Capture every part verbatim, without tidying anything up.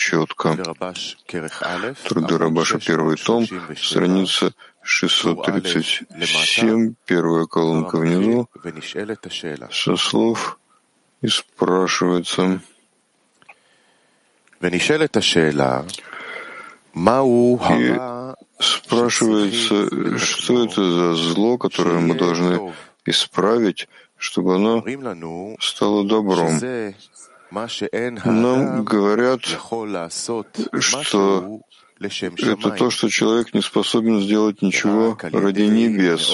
четко. Труды Рабаша, первый том, страница шестьсот тридцать семь, первая колонка внизу, со слов и спрашивается. И спрашивается, что это за зло, которое мы должны исправить, чтобы оно стало добром. Нам говорят, что это то, что человек не способен сделать ничего ради небес.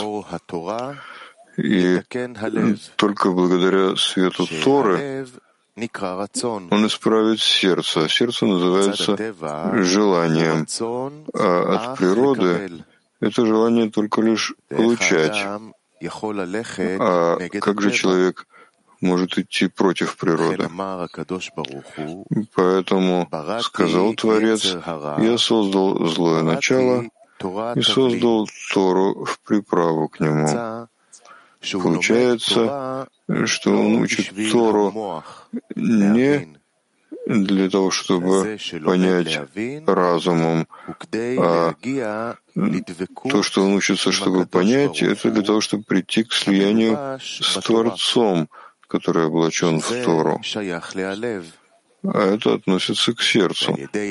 И только благодаря свету Торы он исправит сердце. Сердце называется желанием. А от природы это желание только лишь получать. А как же человек может идти против природы? Поэтому сказал Творец: «Я создал злое начало и создал Тору в приправу к нему». Получается, что он учит Тору не для того, чтобы понять разумом, а то, что он учится, чтобы понять, это для того, чтобы прийти к слиянию с Творцом, который облачен в Тору. А это относится к сердцу.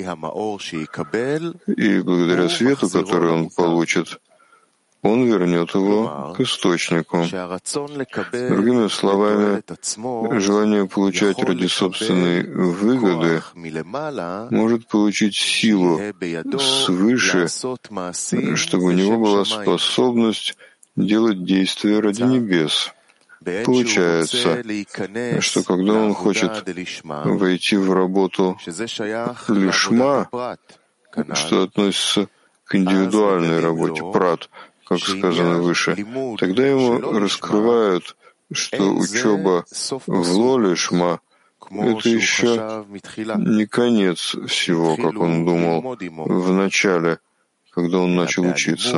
И благодаря свету, который он получит, он вернет его к источнику. Другими словами, желание получать ради собственной выгоды может получить силу свыше, чтобы у него была способность делать действия ради небес. Получается, что когда он хочет войти в работу лишма, что относится к индивидуальной работе, прат, как сказано выше, тогда ему раскрывают, что учеба в ло-лишма — это еще не конец всего, как он думал в начале, когда он начал учиться.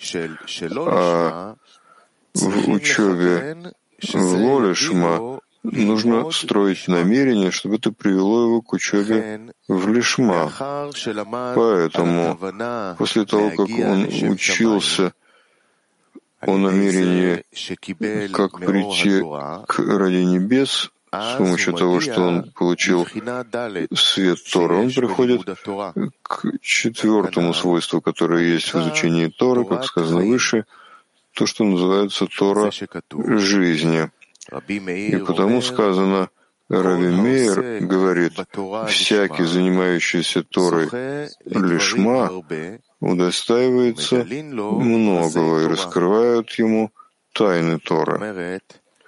А в учебе в ло-лишма нужно строить намерение, чтобы это привело его к учебе в лишма. Поэтому после того, как он учился о намерении, как прийти к ради небес, с помощью того, что он получил свет Торы, он приходит к четвертому свойству, которое есть в изучении Торы, как сказано выше, то, что называется Тора жизни. И потому сказано, Раби Меир говорит, всякий, занимающийся Торой лишма, удостаивается многого и раскрывают ему тайны Торы.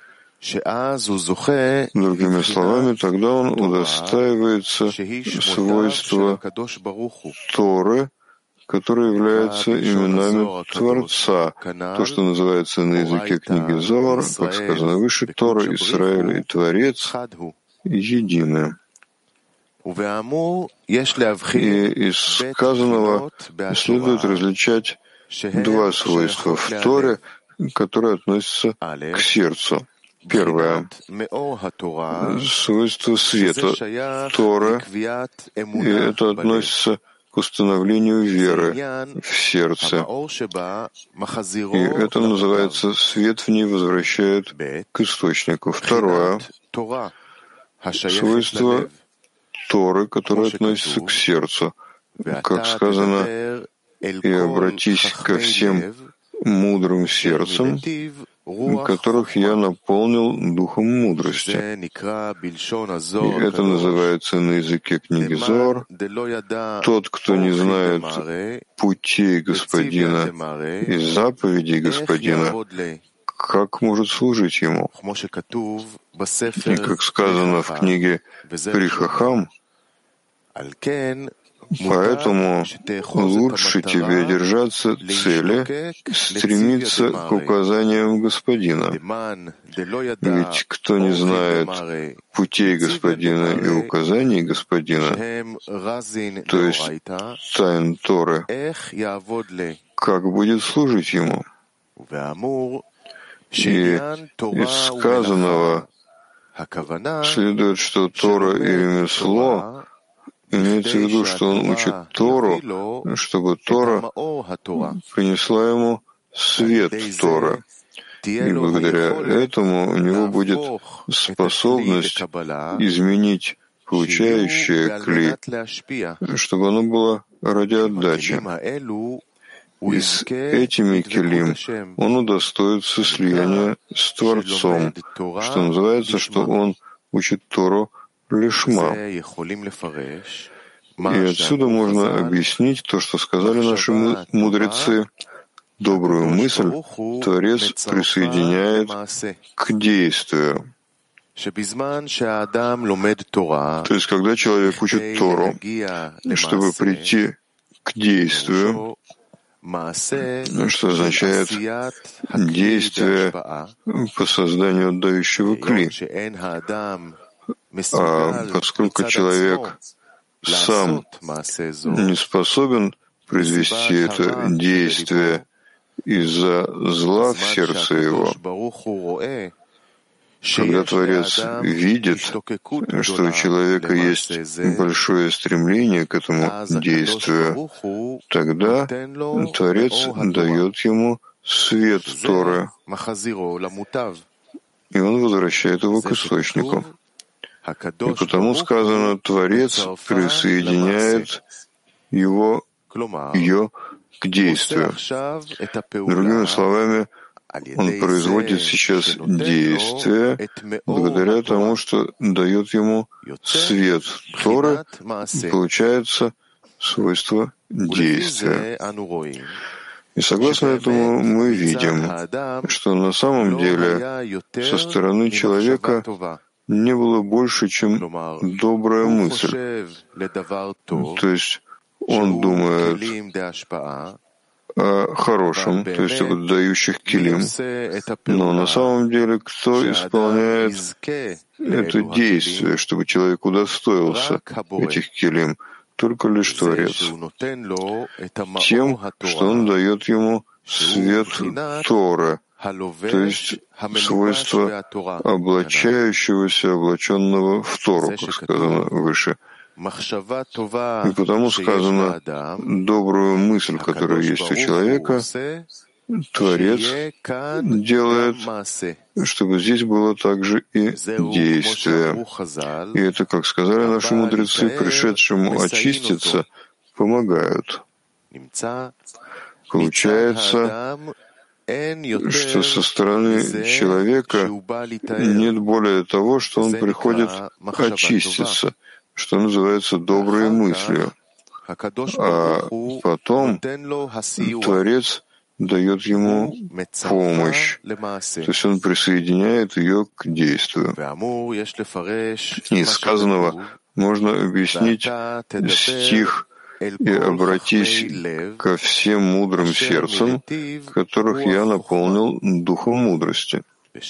Другими словами, тогда он удостаивается свойства Торы, которые являются именами Творца, то, что называется на языке книги Зоар, как сказано выше, Тора, Исраэль и Творец едины. И из сказанного следует различать два свойства в Торе, которые относятся к сердцу. Первое — свойство света Торы, и это относится к установлению веры в сердце. И это называется «свет в ней возвращает к источнику». Второе — свойство Торы, которое относится к сердцу. Как сказано, «И обратись ко всем мудрым сердцем, которых я наполнил духом мудрости». И это называется на языке книги Зоар «Тот, кто не знает путей Господина и заповедей Господина, как может служить ему?» И как сказано в книге При Хахам, поэтому лучше тебе держаться цели, стремиться к указаниям Господина. Ведь кто не знает путей Господина и указаний Господина, то есть тайн Торы, как будет служить ему? И из сказанного следует, что Тора и ремесло Имеется в виду, что он учит Тору, чтобы Тора принесла ему свет Торы. И благодаря этому у него будет способность изменить получающее кли, чтобы оно было ради отдачи. И с этими келим он удостоится слияния с Творцом, что называется, что он учит Тору лишма. И отсюда можно объяснить то, что сказали наши мудрецы. Добрую мысль Творец присоединяет к действию. То есть, когда человек учит Тору, чтобы прийти к действию, что означает действие по созданию отдающего кли. А поскольку человек сам не способен произвести это действие из-за зла в сердце его, когда Творец видит, что у человека есть большое стремление к этому действию, тогда Творец дает ему свет Торы, и он возвращает его к источнику. И потому сказано, Творец присоединяет его, ее к действию. Другими словами, он производит сейчас действие благодаря тому, что дает ему свет Торы, и получается свойство действия. И согласно этому мы видим, что на самом деле со стороны человека не было больше, чем добрая мысль. То есть он думает о хорошем, то есть об отдающих килим. Но на самом деле, кто исполняет это действие, чтобы человек удостоился этих килим? Только лишь Творец. Тем, что он дает ему свет Торы, то есть свойство облачающегося, облаченного в Тору, как сказано выше. И потому сказано, добрую мысль, которая есть у человека, Творец делает, чтобы здесь было также и действие. И это, как сказали наши мудрецы, пришедшему очиститься помогают. Получается, что со стороны человека нет более того, что он приходит очиститься, что называется доброй мыслью. А потом Творец дает ему помощь, то есть он присоединяет ее к действию. Из сказанного можно объяснить стих «И обратись ко всем мудрым сердцем, которых я наполнил духом мудрости».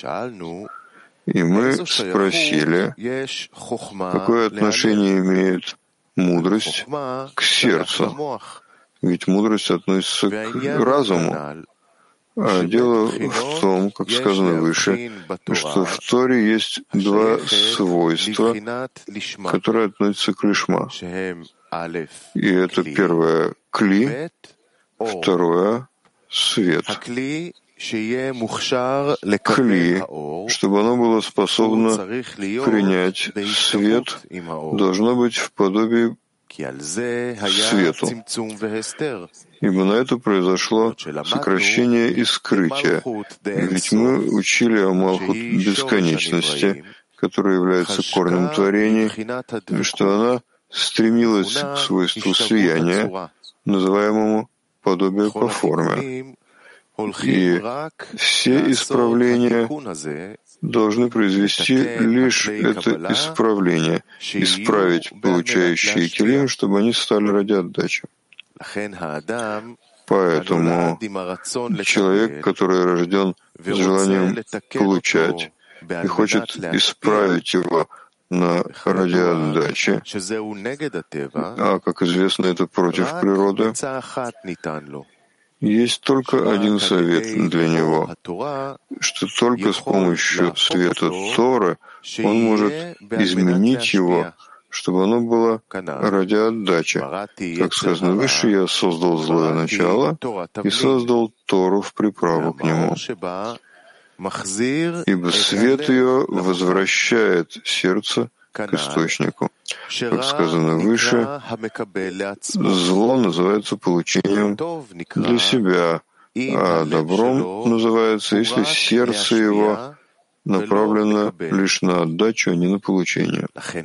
И мы спросили, какое отношение имеет мудрость к сердцу? Ведь мудрость относится к разуму. А дело в том, как сказано выше, что в Торе есть два свойства, которые относятся к лишма. И это первое — кли, второе — свет. Кли, чтобы оно было способно принять свет, должно быть в подобии свету. Ибо на это произошло сокращение и скрытие. Ведь мы учили о Малхут бесконечности, которая является корнем творений, что она стремилась к свойству слияния, называемому подобие по форме. И все исправления должны произвести лишь это исправление, исправить получающие келим, чтобы они стали ради отдачи. Поэтому человек, который рожден с желанием получать и хочет исправить его на ради отдачи, а, как известно, это против природы, есть только один совет для него, что только с помощью света Торы он может изменить его чтобы оно было ради отдачи. Как сказано выше, я создал злое начало и создал Тору в приправу к нему. Ибо свет ее возвращает сердце к источнику. Как сказано выше, зло называется получением для себя, а добром называется, если сердце его направлено лишь на отдачу, а не на получение.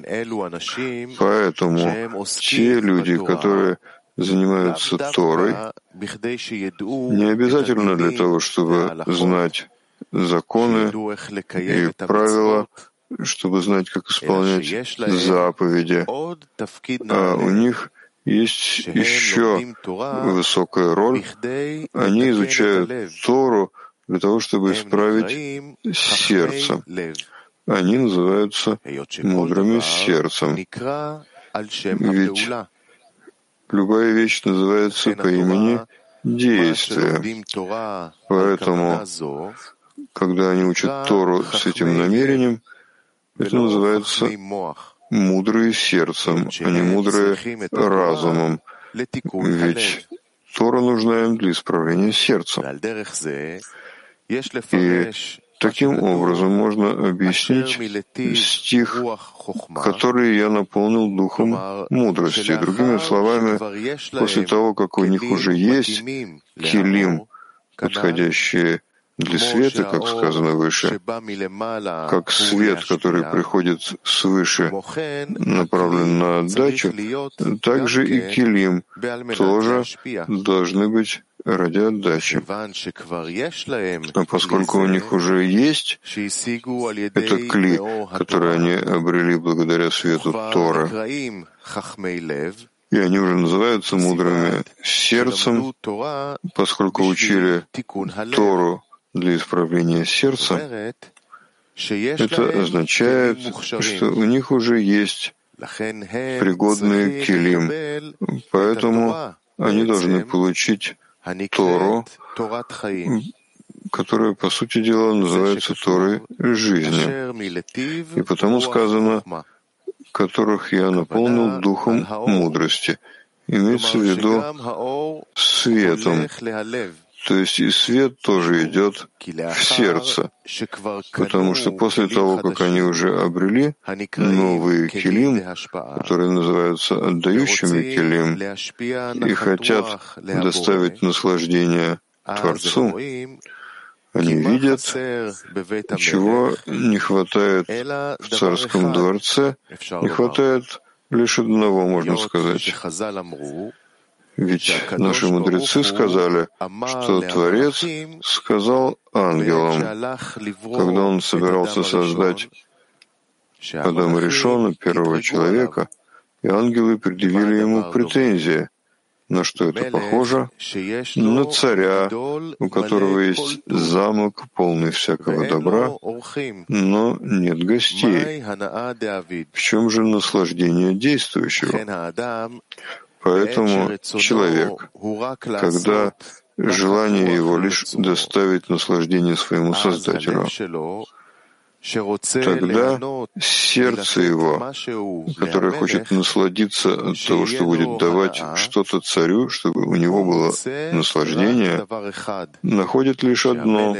Поэтому те люди, которые занимаются Торой, не обязательно для того, чтобы знать законы и правила, чтобы знать, как исполнять заповеди, а у них есть еще высокая роль. Они изучают Тору для того, чтобы исправить сердце. Они называются мудрыми сердцем. Ведь любая вещь называется по имени действия. Поэтому, когда они учат Тору с этим намерением, это называется мудрые сердцем, а не мудрые разумом. Ведь Тора нужна им для исправления сердца. И таким образом можно объяснить стих, который я наполнил духом мудрости. Другими словами, после того, как у них уже есть килим, подходящие для света, как сказано выше, как свет, который приходит свыше, направлен на отдачу, также и килим тоже должны быть ради отдачи. А поскольку у них уже есть это кли, который они обрели благодаря свету Торы, и они уже называются мудрыми сердцем, поскольку учили Тору для исправления сердца, это означает, что у них уже есть пригодный килим, поэтому они должны получить Тору, которая, по сути дела, называется Торой жизни. И потому сказано, которых я наполнил духом мудрости. Имеется в виду светом. То есть и свет тоже идет в сердце, потому что после того, как они уже обрели новые килим, которые называются отдающими килим, и хотят доставить наслаждение Творцу, они видят, чего не хватает в царском дворце, не хватает лишь одного, можно сказать. Ведь наши мудрецы сказали, что Творец сказал ангелам, когда он собирался создать Адама Ришона, первого человека, и ангелы предъявили ему претензии. На что это похоже? На царя, у которого есть замок, полный всякого добра, но нет гостей. В чем же наслаждение действующего? Поэтому человек, когда желание его лишь доставить наслаждение своему Создателю, тогда сердце его, которое хочет насладиться от того, что будет давать что-то царю, чтобы у него было наслаждение, находит лишь одно,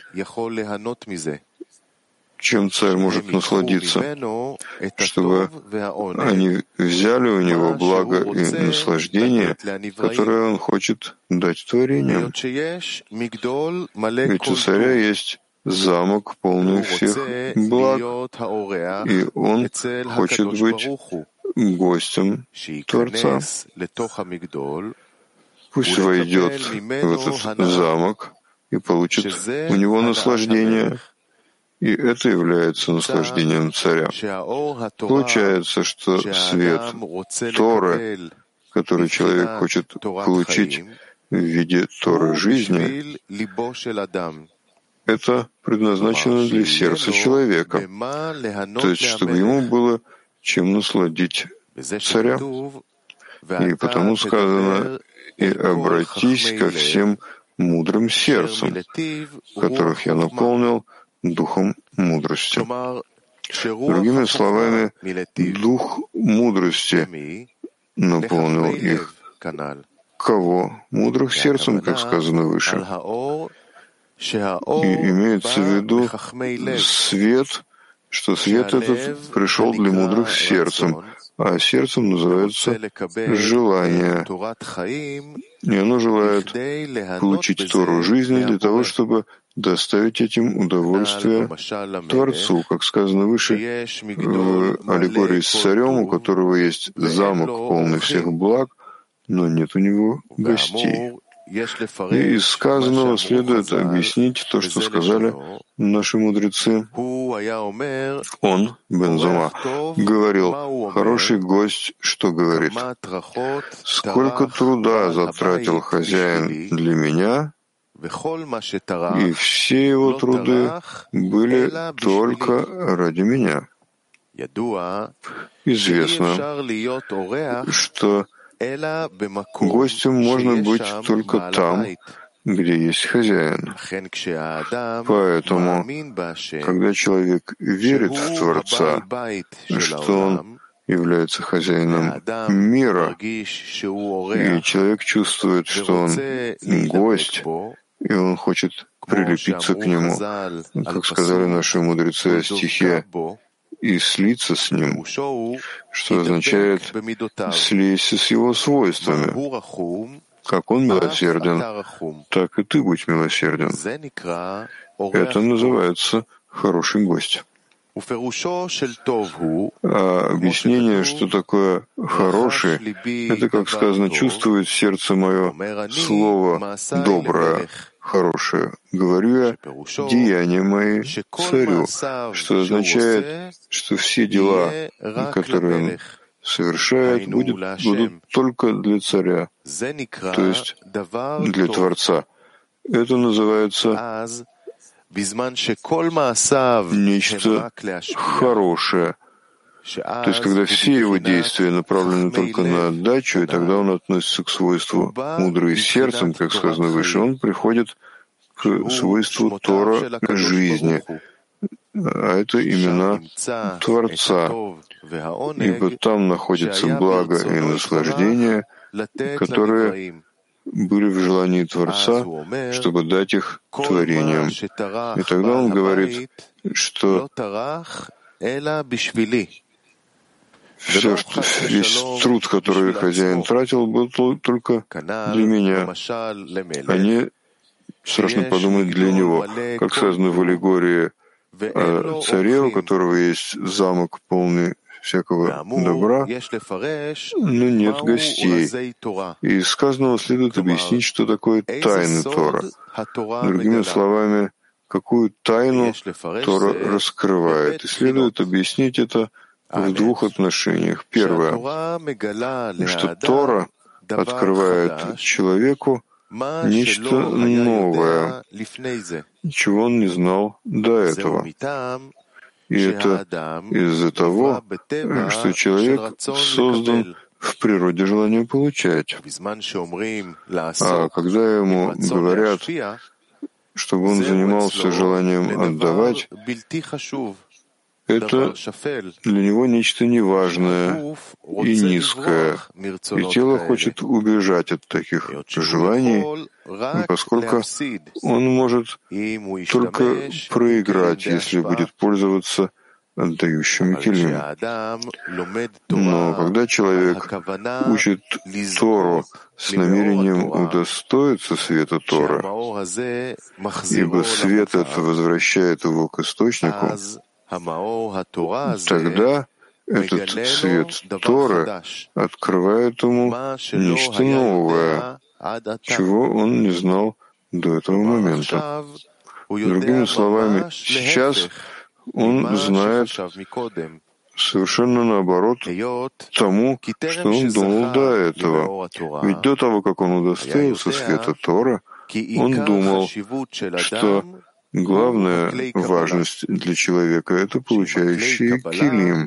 чем царь может насладиться, чтобы они взяли у него благо и наслаждение, которое он хочет дать творениям. Ведь у царя есть замок, полный всех благ, и он хочет быть гостем Творца. Пусть войдет в этот замок и получит у него наслаждение, и это является наслаждением царя. Получается, что свет Торы, который человек хочет получить в виде Торы жизни, это предназначено для сердца человека, то есть чтобы ему было чем насладить царя. И потому сказано, и обратись ко всем мудрым сердцем, которых я наполнил духом мудрости. Другими словами, дух мудрости наполнил их. Кого? Мудрых сердцем, как сказано выше. И имеется в виду свет, что свет этот пришел для мудрых сердцем, а сердцем называется желание. И оно желает получить Тору жизни для того, чтобы доставить этим удовольствие Творцу, как сказано выше в аллегории с царем, у которого есть замок, полный всех благ, но нет у него гостей. И из сказанного следует объяснить то, что сказали наши мудрецы. Он, Бен Зума, говорил: «Хороший гость, что говорит? Сколько труда затратил хозяин для меня, и все его труды были только ради меня». Известно, что гостем можно быть только там, где есть хозяин. Поэтому, когда человек верит в Творца, что он является хозяином мира, и человек чувствует, что он гость, и он хочет прилепиться к нему, как сказали наши мудрецы о стихе, и слиться с ним, что означает «слейся с его свойствами». Как он милосерден, так и ты будь милосерден. Это называется «хороший гость». А объяснение, что такое «хороший», это, как сказано, чувствует сердце мое слово «доброе», «хорошее». Говорю я деяния мои царю, что означает, что все дела, которые он совершает, будет, будут только для царя, то есть для Творца. Это называется нечто хорошее. То есть, когда все его действия направлены только на отдачу, и тогда он относится к свойству «мудрый сердцем», как сказано выше, он приходит к свойству Тора жизни, а это имена Творца, ибо там находится благо и наслаждение, которые были в желании Творца, чтобы дать их творениям. И тогда он говорит, что все, что, весь труд, который хозяин тратил, был только для меня, а не, страшно подумать, для него. Как сказано в аллегории о царе, у которого есть замок полный всякого добра, но нет гостей. И из сказанного следует объяснить, что такое тайны Тора. Другими словами, какую тайну Тора раскрывает. И следует объяснить это в двух отношениях. Первое, что Тора открывает человеку нечто новое, чего он не знал до этого. И это из-за того, что человек создан в природе желания получать. А когда ему говорят, чтобы он занимался желанием отдавать, это для него нечто неважное и низкое, и тело хочет убежать от таких желаний, поскольку он может только проиграть, если будет пользоваться отдающими келим. Но когда человек учит Тору с намерением удостоиться света Торы, ибо свет это возвращает его к источнику, тогда этот свет Торы открывает ему нечто новое, чего он не знал до этого момента. Другими словами, сейчас он знает совершенно наоборот тому, что он думал до этого. Ведь до того, как он удостоился света Тора, он думал, что главная важность для человека — это получающий килим.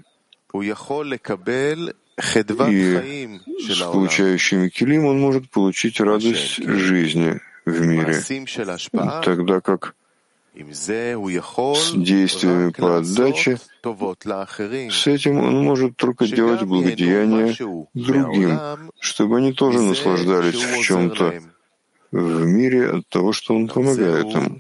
И с получающими килим он может получить радость жизни в мире, тогда как с действиями по отдаче, с этим он может только делать благодеяние другим, чтобы они тоже наслаждались в чем-то в мире от того, что он помогает им.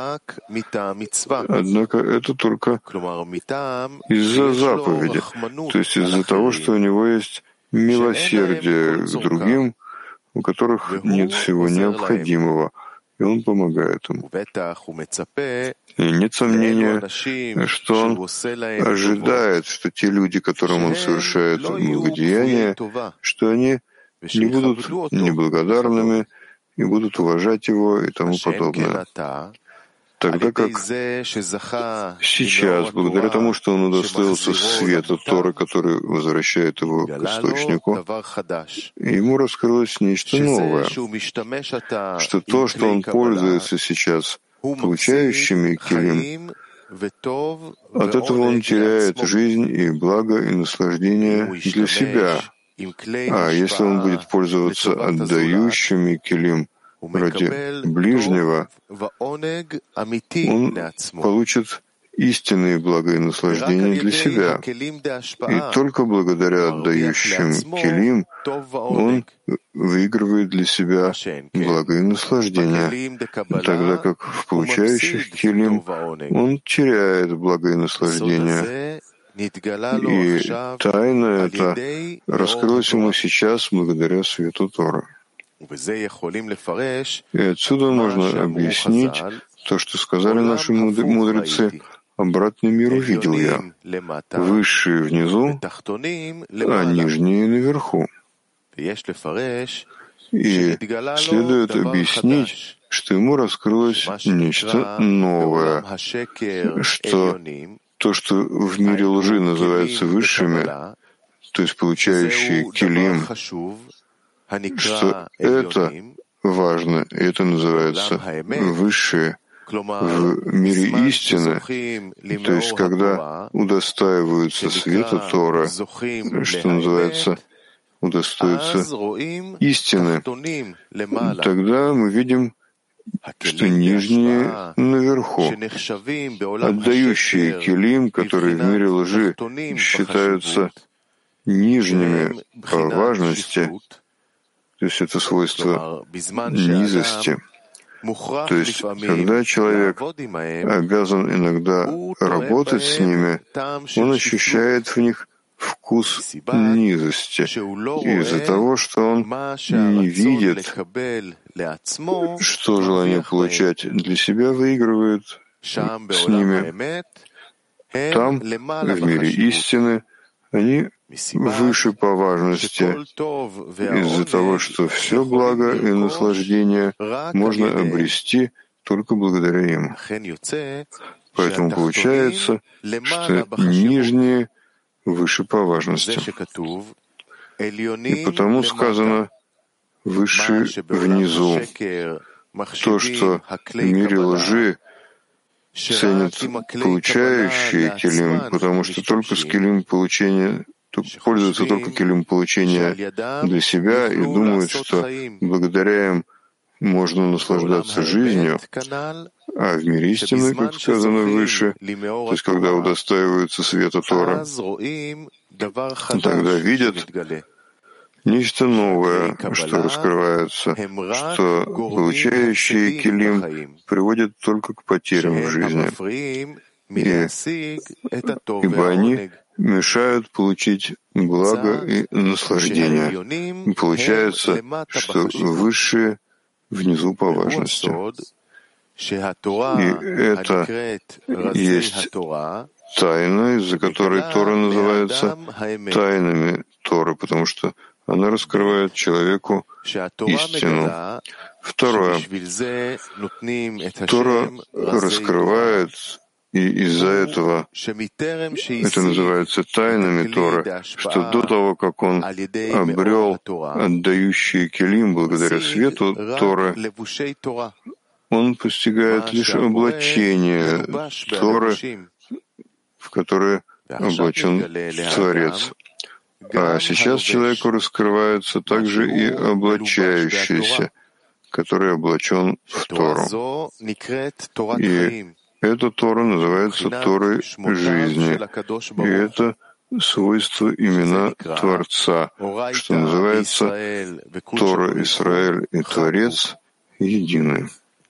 Однако это только из-за заповеди, то есть из-за того, что у него есть милосердие к другим, у которых нет всего необходимого, и он помогает им. И нет сомнения, что он ожидает, что те люди, которым он совершает благодеяние, что они не будут неблагодарными и будут уважать его и тому подобное. Тогда как сейчас, благодаря тому, что он удостоился света Торы, который возвращает его к источнику, ему раскрылось нечто новое, что то, что он пользуется сейчас получающими килим, от этого он теряет жизнь и благо и наслаждение для себя. А если он будет пользоваться отдающими килим ради ближнего, он получит истинные блага и наслаждения для себя. И только благодаря отдающим килим он выигрывает для себя благо и наслаждения, тогда как в получающих килим он теряет благо и наслаждения. И тайна эта раскрылась ему сейчас благодаря свету Торы. И отсюда можно объяснить то, что сказали наши мудрецы: обратный мир увидел я, высшие внизу, а нижние наверху. И следует объяснить, что ему раскрылось нечто новое, что то, что в мире лжи называется высшими, то есть получающие килим, что это важно, и это называется высшие в мире истины, то есть когда удостаиваются света Тора, что называется удостоиться истины, тогда мы видим, что нижние наверху, отдающие килим, которые в мире лжи считаются нижними по важности, то есть это свойство низости. То есть, когда человек обязан иногда работать с ними, он ощущает в них вкус низости из-за того, что он не видит, что желание получать для себя выигрывает с ними. Там, в мире истины, они выше по важности из-за того, что все благо и наслаждение можно обрести только благодаря им. Поэтому получается, что нижние выше по важности. И потому сказано «выше внизу». То, что в мире лжи ценят получающие килим, потому что только с килим получения пользуются только килим получения для себя и думают, что благодаря им можно наслаждаться жизнью, а в мире истины, как сказано выше, то есть когда удостаиваются света Тора, тогда видят нечто новое, что раскрывается, что получающие килим приводят только к потерям в жизни, и, ибо они мешают получить благо и наслаждение. Получается, что высшие внизу по важности. И это есть тайна, из-за которой Тора называется тайнами Торы, потому что она раскрывает человеку истину. Второе. Тора раскрывает, и из-за этого это называется тайнами Торы, что до того, как он обрел отдающие килим благодаря свету Торы, он постигает лишь облачение Торы, в которое облачен Творец. А сейчас человеку раскрывается также и облачающийся, который облачен в Тору. И Эта Тора называется Торой жизни. И это свойство имена Творца, что называется Тора Исраэль и Творец едины.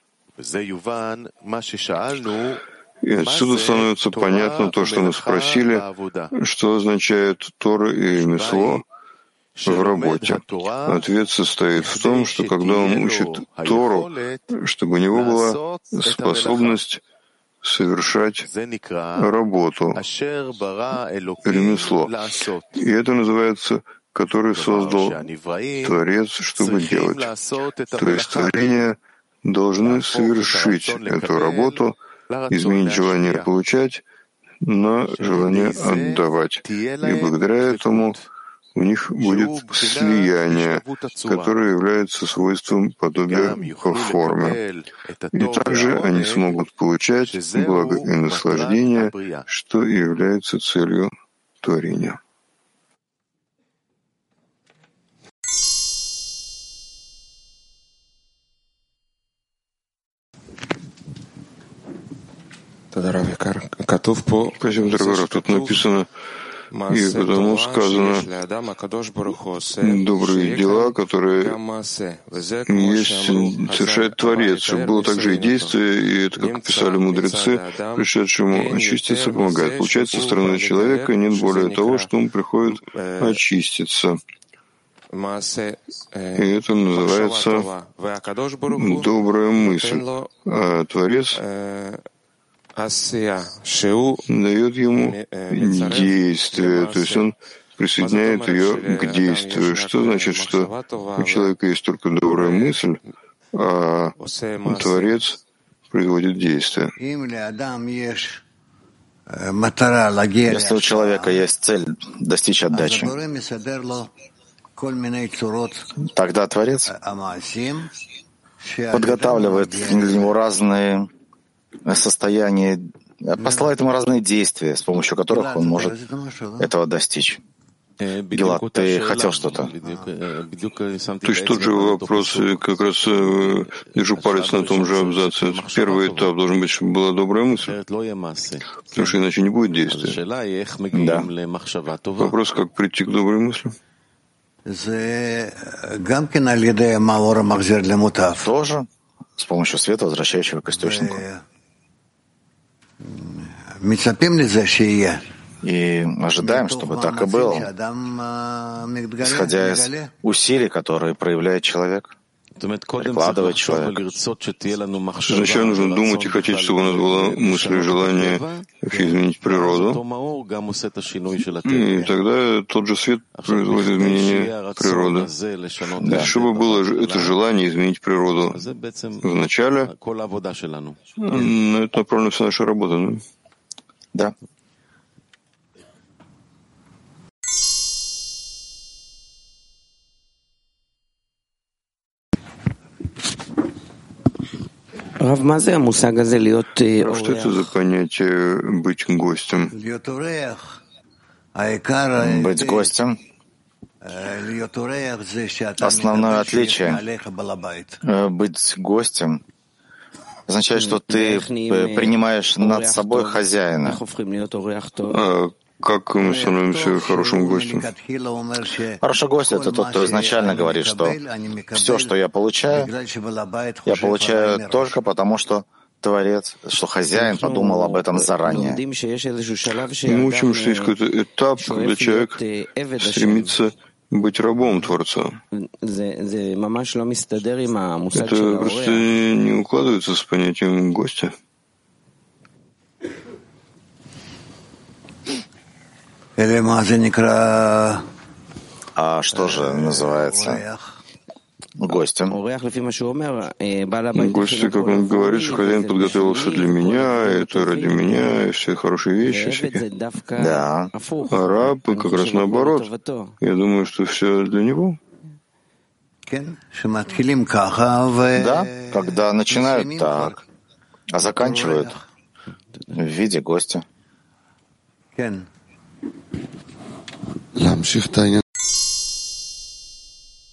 И отсюда становится понятно то, что мы спросили, что означает Тора и ремесло в работе. Ответ состоит в том, что когда он учит Тору, чтобы у него была способность совершать работу, ремесло. И это называется, который создал Творец, чтобы делать. То есть творения должны совершить эту работу, изменить желание получать на желание отдавать. И благодаря этому у них будет слияние, которое является свойством подобия по форме. И также они смогут получать благо и наслаждение, что и является целью творения. Спасибо, дорогой Рав. Тут написано, и потому сказано, добрые дела, которые есть, совершает Творец, чтобы было также и действие, и это, как писали мудрецы, пришедшему очиститься помогает. Получается, со стороны человека нет более того, что ему приходит очиститься. И это называется добрая мысль. А Творец дает ему действие, то есть он присоединяет ее к действию. Что значит, что у человека есть только добрая мысль, а Творец производит действие? Если у человека есть цель достичь отдачи, тогда Творец подготавливает для него разные состояние, посылает ему разные действия, с помощью которых он может этого достичь. Гилад, ты хотел что-то? То есть тот же вопрос, как раз держу палец на том же абзаце. Первый этап должен быть, чтобы была добрая мысль, потому что иначе не будет действия. Да. Вопрос, как прийти к доброй мысли? Тоже с помощью света, возвращающего к источнику. И ожидаем, чтобы так и было, исходя из усилий, которые проявляет человек, прикладывает человек. Сначала нужно думать и хотеть, чтобы у нас была мысль и желание вообще изменить природу. И тогда тот же свет производит изменение природы. Да. Чтобы было это желание изменить природу в начале, на это направлена вся наша работа. Да? Да. А что это за понятие «быть гостем»? Быть гостем. Основное отличие быть гостем означает, что ты принимаешь над собой хозяина. А как мы становимся хорошим гостем? Хороший гость — это тот, кто изначально говорит, что все, что я получаю, я получаю только потому, что Творец, что хозяин подумал об этом заранее. Мы учим, что есть какой-то этап, когда человек стремится быть рабом Творца. Это просто не укладывается с понятием гостя. А что же называется гостем? Гости, как он говорит, что хозяин подготовил все для меня, это ради меня, и все хорошие вещи всякие. Да. А раб как раз наоборот. Я думаю, что все для него. Да, когда начинают так, а заканчивают в виде гостя.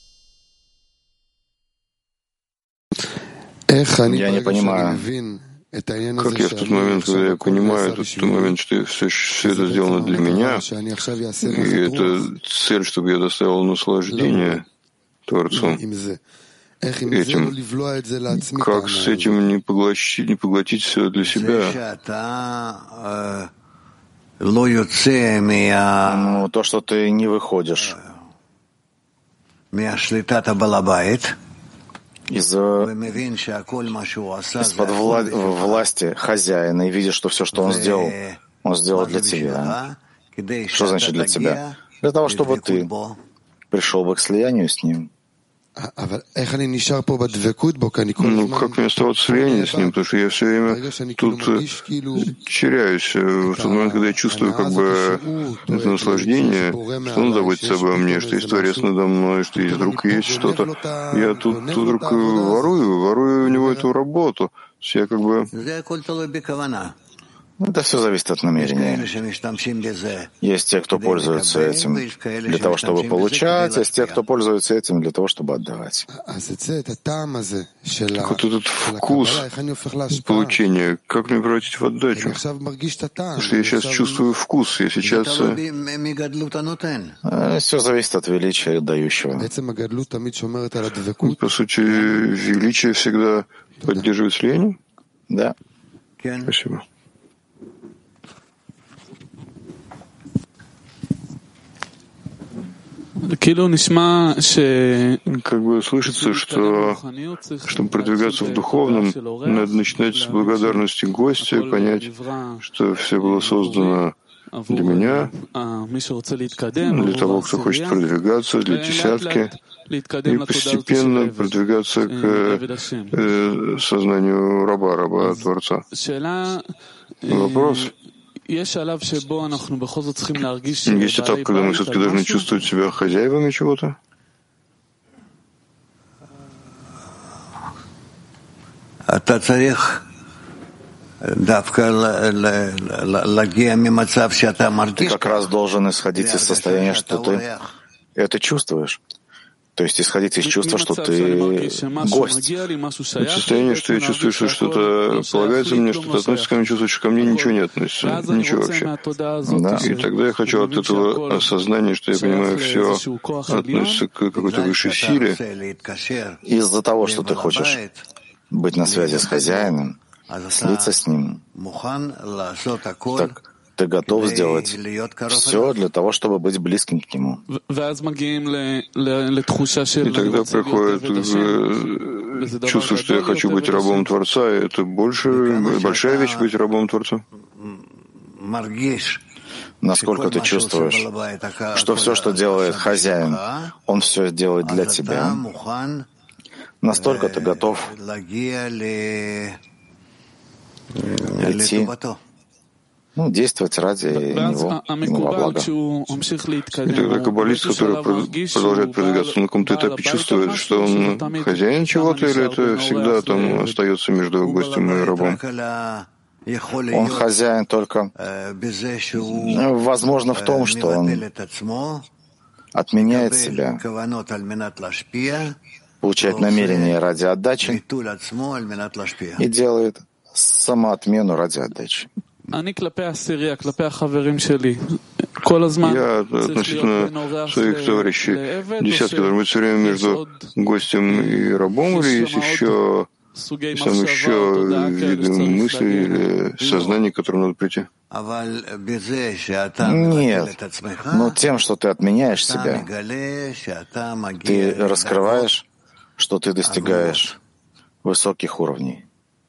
Я не понимаю, Как я в тот момент, когда я понимаю, в тот момент, что все, все это сделано для меня, и это цель, чтобы я доставил наслаждение Творцу этим, как с этим не поглотить, не поглотить все для себя? Ну, то, что ты не выходишь из, из-под вла- власти хозяина и видишь, что все, что он сделал, он сделал для тебя. Что значит для тебя? Для того, чтобы ты пришел бы к слиянию с ним. Ну, как мне оставаться в слиянии с ним, потому что я все время тут теряюсь. В тот момент, когда я чувствую как бы это наслаждение, что он заботится обо мне, что есть Творец надо мной, что есть вдруг есть что-то, я тут, тут вдруг ворую, ворую у него эту работу. Я как бы... Это все зависит от намерения. Есть те, кто пользуется этим для того, чтобы получать, а есть те, кто пользуется этим для того, чтобы отдавать. Так вот этот вкус получения, как мне превратить в отдачу? Потому что я сейчас чувствую вкус, я сейчас... Все зависит от величия дающего. По сути, величие всегда поддерживает слияние? Да. Спасибо. Как бы слышится, что чтобы продвигаться в духовном, надо начинать с благодарности гостя, понять, что все было создано для меня, для того, кто хочет продвигаться, для десятки, и постепенно продвигаться к э, сознанию раба, раба Творца. Вопрос. Есть этап, когда мы все-таки должны чувствовать себя хозяевами чего-то? Ты как раз должен исходить из состояния, что ты это чувствуешь. То есть исходить из чувства, что ты гость. Это состояние, что я чувствую, что что-то полагается мне, что-то относится ко мне, чувствую, что ко мне ничего не относится, ничего вообще. Да. И тогда я хочу от этого осознания, что я понимаю, все относится к какой-то высшей силе. Из-за того, что ты хочешь быть на связи с хозяином, слиться с ним, так ты готов сделать все для того, чтобы быть близким к нему. И тогда приходит чувство, что я хочу быть рабом Творца, и это больше, большая вещь быть рабом Творца. Насколько ты чувствуешь, что все, что делает хозяин, он все делает для тебя, настолько ты готов идти, ну, действовать ради него, ему во благо. И тогда каббалист, который продолжает продвигаться на каком-то этапе, чувствует, что он хозяин чего-то, или это всегда там остается между гостем и рабом? Он хозяин только, возможно, в том, что он отменяет себя, получает намерение ради отдачи и делает самоотмену ради отдачи. Я относительно своих товарищей, десятки должны быть все время между гостем и рабом, или есть еще, есть там еще виды мысли или сознания, к которым надо прийти? Нет, но тем, что ты отменяешь себя, ты раскрываешь, что ты достигаешь высоких уровней.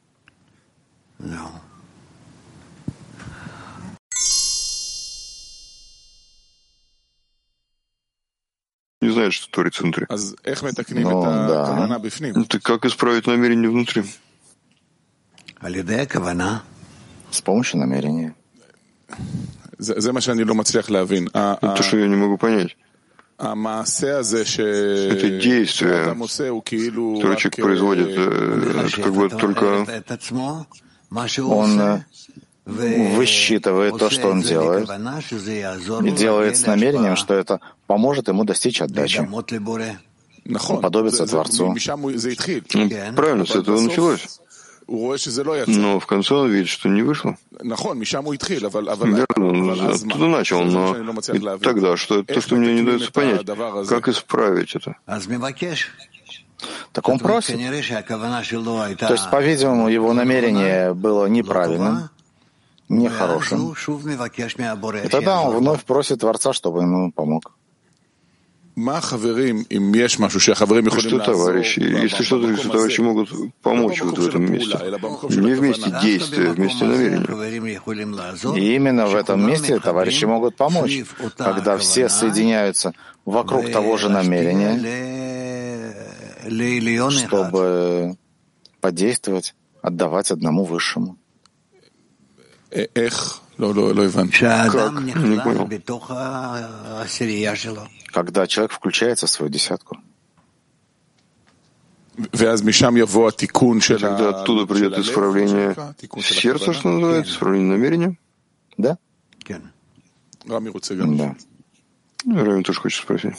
Не знает, что творится внутри. Ну, да. Ты как исправить намерение внутри? С помощью намерения. Это что я не могу понять. Это действие, которое человек производит, это как бы только... Он высчитывает то, что он делает, и делает с намерением, что это поможет ему достичь отдачи, уподобиться Творцу. Правильно, с этого началось. Но в конце он видит, что не вышло. Верно, он оттуда начал, но и тогда, что то, что мне не дается понять, как исправить это? Так он просит. То есть, по-видимому, его намерение было неправильным, нехорошим. И тогда он вновь просит Творца, чтобы ему помог. Что товарищи, если что-то, если товарищи могут помочь вот в этом месте, не вместе действия, а вместе намерения. И именно в этом месте товарищи могут помочь, когда все соединяются вокруг того же намерения, чтобы подействовать, отдавать одному высшему. Как? Не понял. Когда человек включается в свою десятку. Тогда оттуда придет исправление сердца, что называется, исправление намерения? Да? Да. Рами тоже хочет спросить.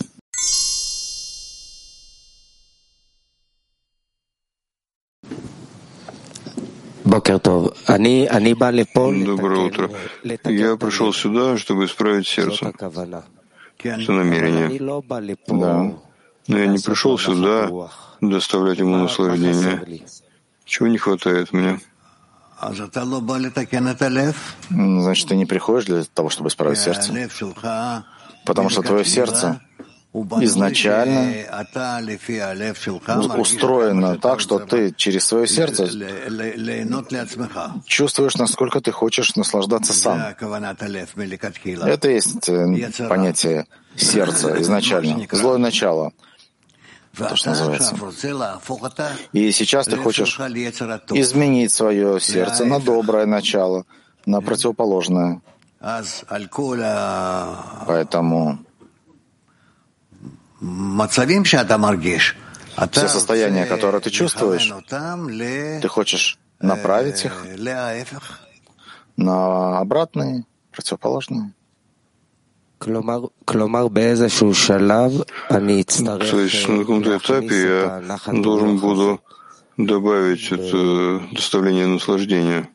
Доброе утро. Я пришел сюда, чтобы исправить сердце. Это намерение. Да. Но я не пришел сюда доставлять ему наслаждение. Чего не хватает мне? Значит, ты не приходишь для того, чтобы исправить сердце? Потому что твое сердце изначально устроено так, что ты через свое сердце чувствуешь, насколько ты хочешь наслаждаться сам. Это и есть понятие сердца изначально, злое начало, то, что называется. И сейчас ты хочешь изменить свое сердце на доброе начало, на противоположное. Поэтому все состояния, которые ты чувствуешь, ты хочешь направить их на обратные, противоположные. То есть на каком-то этапе я должен буду добавить это доставление наслаждения,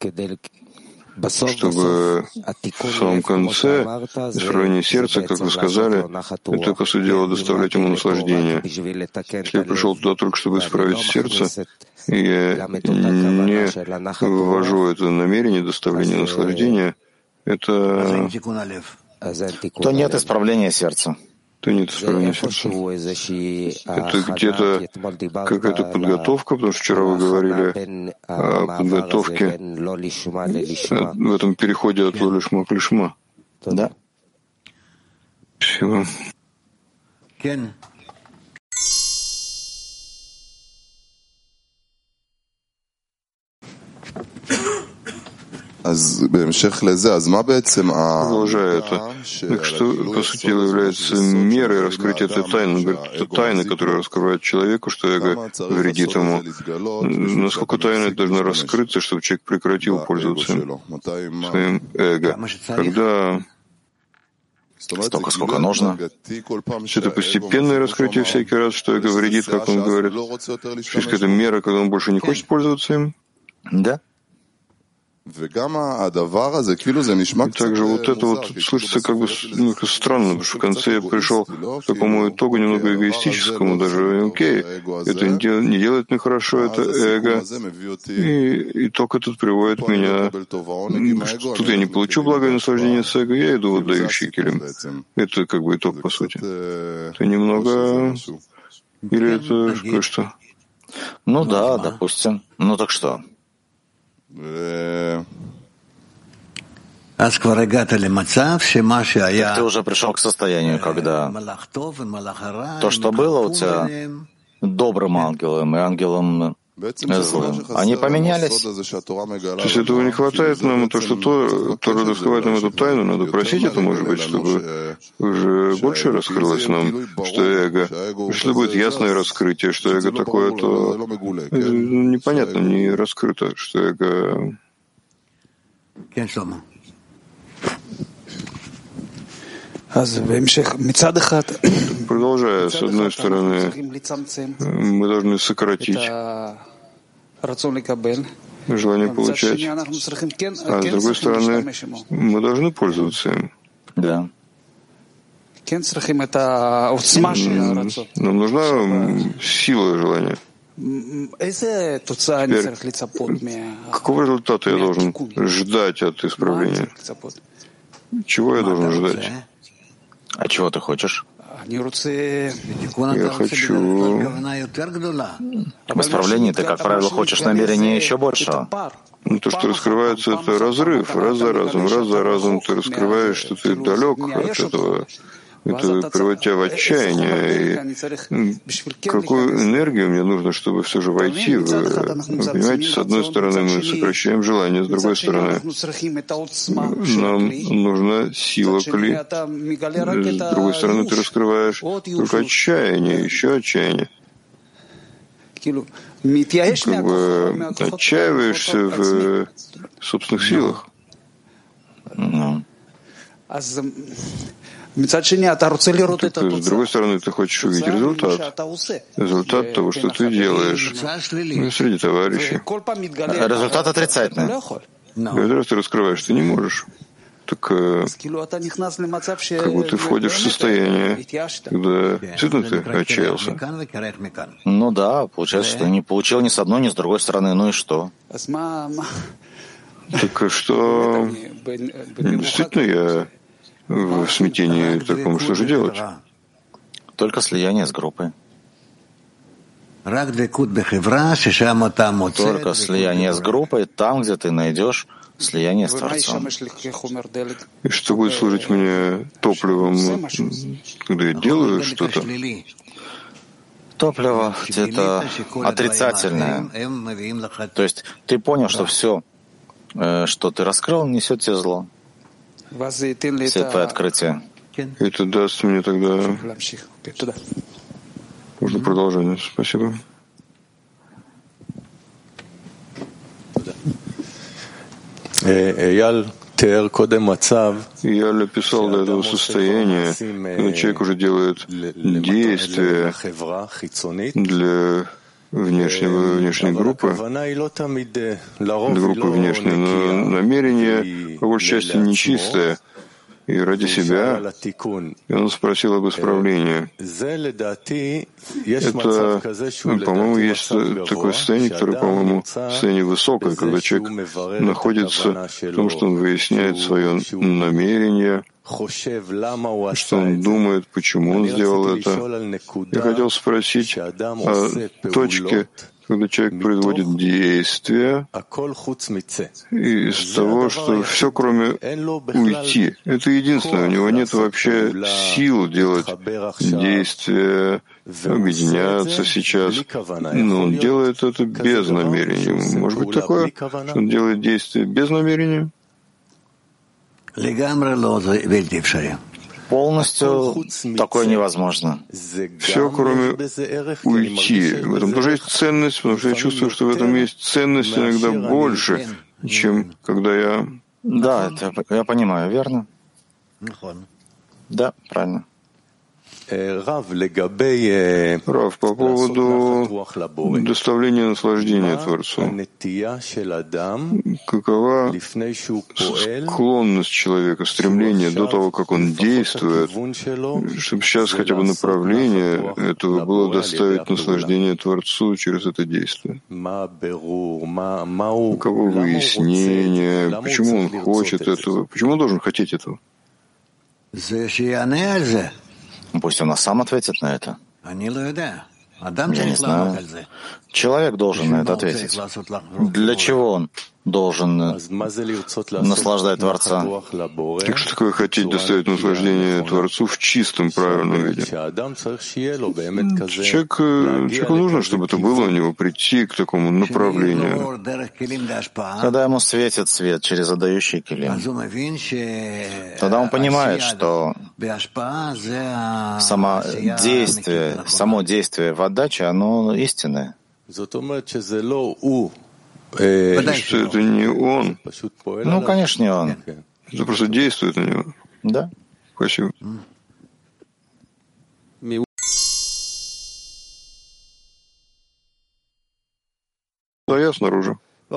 чтобы в самом конце исправление сердца, как вы сказали, это, по сути дела, доставлять ему наслаждение. Если я пришел туда только, чтобы исправить сердце, и я не вывожу это намерение доставления наслаждения, это... то нет исправления сердца. То нет исправления сердца. Это где-то какая-то подготовка, потому что вчера вы говорили о подготовке в этом переходе от ло-лишма к лишма. Да. Спасибо. Продолжая это, так что, по сути дела, является мерой раскрытия этой тайны. Он говорит, это тайна, которая раскрывает человеку, что эго вредит ему. Насколько тайна должна раскрыться, чтобы человек прекратил пользоваться своим эго? Когда... Столько, сколько нужно. Это постепенное раскрытие всякий раз, что эго вредит, как он говорит. То есть какая-то мера, когда он больше не хочет пользоваться им? Да. И также вот это вот слышится как бы немного странно, потому что в конце я пришел к такому итогу немного эгоистическому, даже окей, это не делает мне хорошо, это эго, и итог этот приводит меня, что тут я не получу благое наслаждение с эго, я иду в отдающий килим. Это как бы итог, по сути. Это немного... Или это кое-что? Ну да, допустим. Ну так что? Так ты уже пришел к состоянию, когда то, что было у тебя добрым ангелом и ангелом злым, они поменялись. То есть этого не хватает нам, то, что то, то раскрывает нам эту тайну, надо просить это, может быть, чтобы уже больше раскрылось нам, что эго. Если будет ясное раскрытие, что эго такое, то непонятно, не раскрыто, что эго... Продолжая, с одной стороны, мы должны сократить желание получать, а с другой стороны, мы должны пользоваться им. Да. Нам нужна сила желания. Теперь, какого результата я должен ждать от исправления? Чего я должен ждать? А чего ты хочешь? Я хочу... В исправлении ты, как правило, хочешь намерения еще большего. Ну, то, что раскрывается, это разрыв. Раз за разом, раз за разом ты раскрываешь, что ты далек от этого. Это приводит тебя в отчаяние. И какую энергию мне нужно, чтобы все же войти в... Вы понимаете, с одной стороны мы сокращаем желание, с другой стороны нам нужна сила кли. С другой стороны ты раскрываешь только отчаяние, еще отчаяние. Как бы отчаиваешься в собственных силах. Ну. Так, с другой стороны, ты хочешь увидеть результат. Результат того, что ты делаешь среди товарищей. Результат отрицательный. И каждый раз ты раскрываешь, ты не можешь. Так как бы ты входишь в состояние, когда действительно ты отчаялся. Ну да, получается, что не получил ни с одной, ни с другой стороны. Ну и что? Так что действительно я в смятении таком, что же делать? Только слияние с группой. Только слияние с группой там, где ты найдешь слияние с Творцом. И что будет служить мне топливом, когда я делаю что-то? Топливо где-то отрицательное. То есть ты понял, что все, что ты раскрыл, несет тебе зло. Все твои открытия. Это даст мне тогда... Можно продолжение. Спасибо. Я описал до этого состояния, когда человек уже делает действия для внешнего, внешней группы, для группы внешней, но намерение, по большей части, нечистое, и ради себя. И он спросил об исправлении. Это, по-моему, есть такое состояние, которое, по-моему, состояние высокое, когда человек находится в том, что он выясняет свое намерение, что он думает, почему он сделал это. Я хотел спросить о точке, когда человек производит действия из того, что все, кроме уйти. Это единственное. У него нет вообще сил делать действия, объединяться сейчас. Но он делает это без намерения. Может быть такое, что он делает действия без намерения? Полностью такое невозможно. Все, кроме уйти. В этом тоже есть ценность, потому что я чувствую, что в этом есть ценность иногда больше, чем когда я... Да, это я понимаю, верно? Да, правильно. Рав, по поводу доставления наслаждения Творцу. Какова склонность человека, стремление до того, как он действует, чтобы сейчас хотя бы направление этого было доставить наслаждение Творцу через это действие? Каково выяснение, почему он хочет этого, почему он должен хотеть этого? Пусть он сам ответит на это. Я не знаю. Человек должен на это ответить. Для чего он должен наслаждать Творца? Так что такое хотеть доставить наслаждение Творцу в чистом, правильном виде? Человек, человеку нужно, чтобы это было у него, прийти к такому направлению. Когда ему светит свет через отдающий килим, тогда он понимает, что само действие, само действие в отдаче, оно истинное. Что это не он. Ну, конечно, не он. Это просто действует на него. Да. Спасибо. а я снаружи. И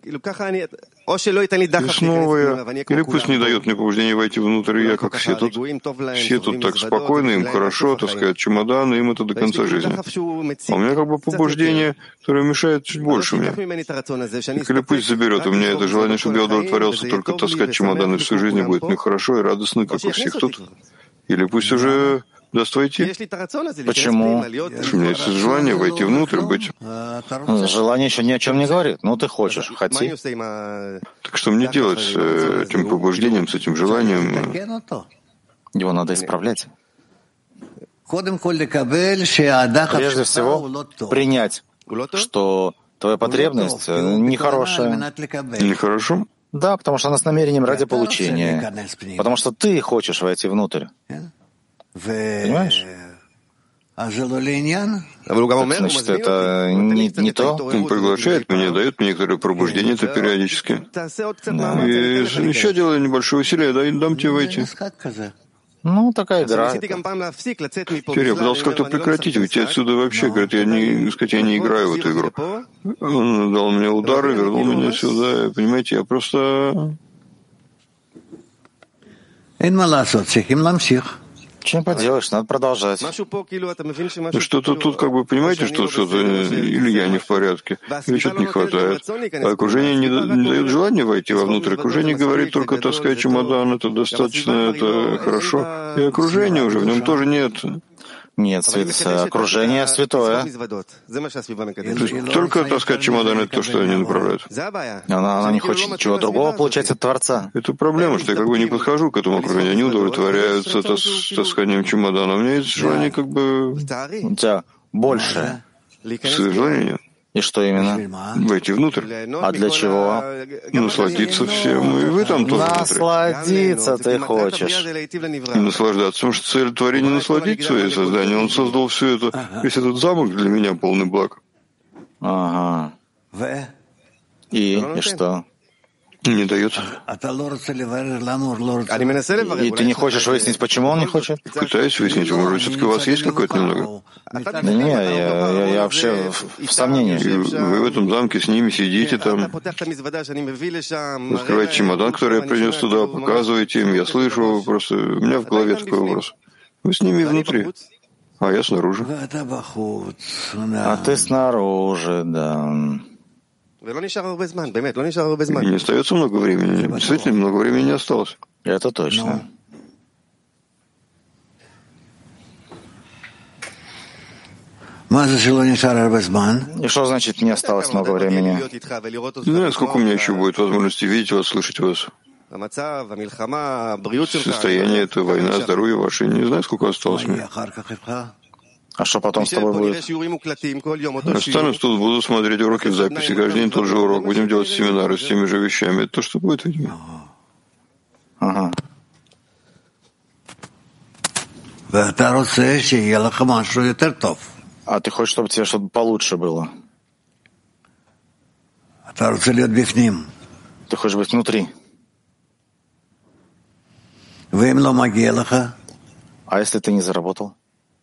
снова я, или пусть не дает мне побуждения войти внутрь, и я как все тут, все тут так спокойно, им хорошо, таскают чемоданы, им это до конца жизни. А у меня как бы побуждение, которое мешает чуть больше мне. Или пусть заберет у меня это желание, чтобы я удовлетворялся только таскать чемоданы всю жизнь, и будет мне хорошо и радостно, как у всех тут. Или пусть уже даст войти. Почему? Потому что у меня есть желание войти внутрь, быть. Желание еще ни о чем не говорит. Ну, ты хочешь, хоти. Так что мне делать с этим побуждением, с этим желанием? Его надо исправлять. Прежде всего, принять, что твоя потребность нехорошая. Нехорошо? Да, потому что она с намерением ради получения. Потому что ты хочешь войти внутрь. Понимаешь? Так, значит, это не, не то. Он приглашает меня, дает мне некоторое пробуждение, это периодически. Да. И еще делаю небольшое усилие, да, и дам тебе войти. Ну, такая игра. Теперь я пытался как-то прекратить, уйти отсюда вообще. Говорит, я не, сказать, я не играю в эту игру. Он дал мне удары, вернул меня сюда. Понимаете, я просто... Чем поделаешь, надо продолжать. Что-то тут, как бы, понимаете, что что-то или я не в порядке, или что-то не хватает. А окружение не, не дает желания войти вовнутрь. Окружение говорит только таскай чемодан, это достаточно, это хорошо. И окружение уже в нем тоже нет. Нет, свет, окружение святое. То есть только таскать чемодан — это то, что они направляют. Она, она не хочет ничего другого получать от Творца. Это проблема, что я как бы не подхожу к этому окружению. Они удовлетворяются тас тасканием чемодана. У меня есть желание как бы... У тебя больше. Желание. И что именно? Войти внутрь. А для чего? Насладиться всем. И вы там тоже. Насладиться ты хочешь. Наслаждаться. Потому что цель творения — насладить свое создание. Он создал все это, весь этот замок для меня полный благ. Ага. И, и что? Не дает. И ты не хочешь выяснить, почему он не хочет? Пытаюсь выяснить, может быть, все-таки у вас есть какое-то немного? Да не, я, я, я вообще в, в сомнении. И вы в этом замке с ними сидите там, открываете чемодан, который я принес туда, показываете им, я слышу, просто у меня в голове такой вопрос. Вы с ними внутри, а я снаружи. А ты снаружи, да. Не остается много времени. Действительно, много времени не осталось. Это точно. И что значит не осталось много времени? Не знаю, сколько у меня еще будет возможности видеть вас, слышать вас. Состояние, это война, здоровье ваше. Не знаю, сколько осталось мне. А что потом с тобой будет? Останусь тут, буду смотреть уроки в записи. Каждый день тот же урок. Будем делать семинары с теми же вещами. Это то, что будет, видимо. Ага. А ты хочешь, чтобы тебе что-то получше было? Ты хочешь быть внутри? А если ты не заработал?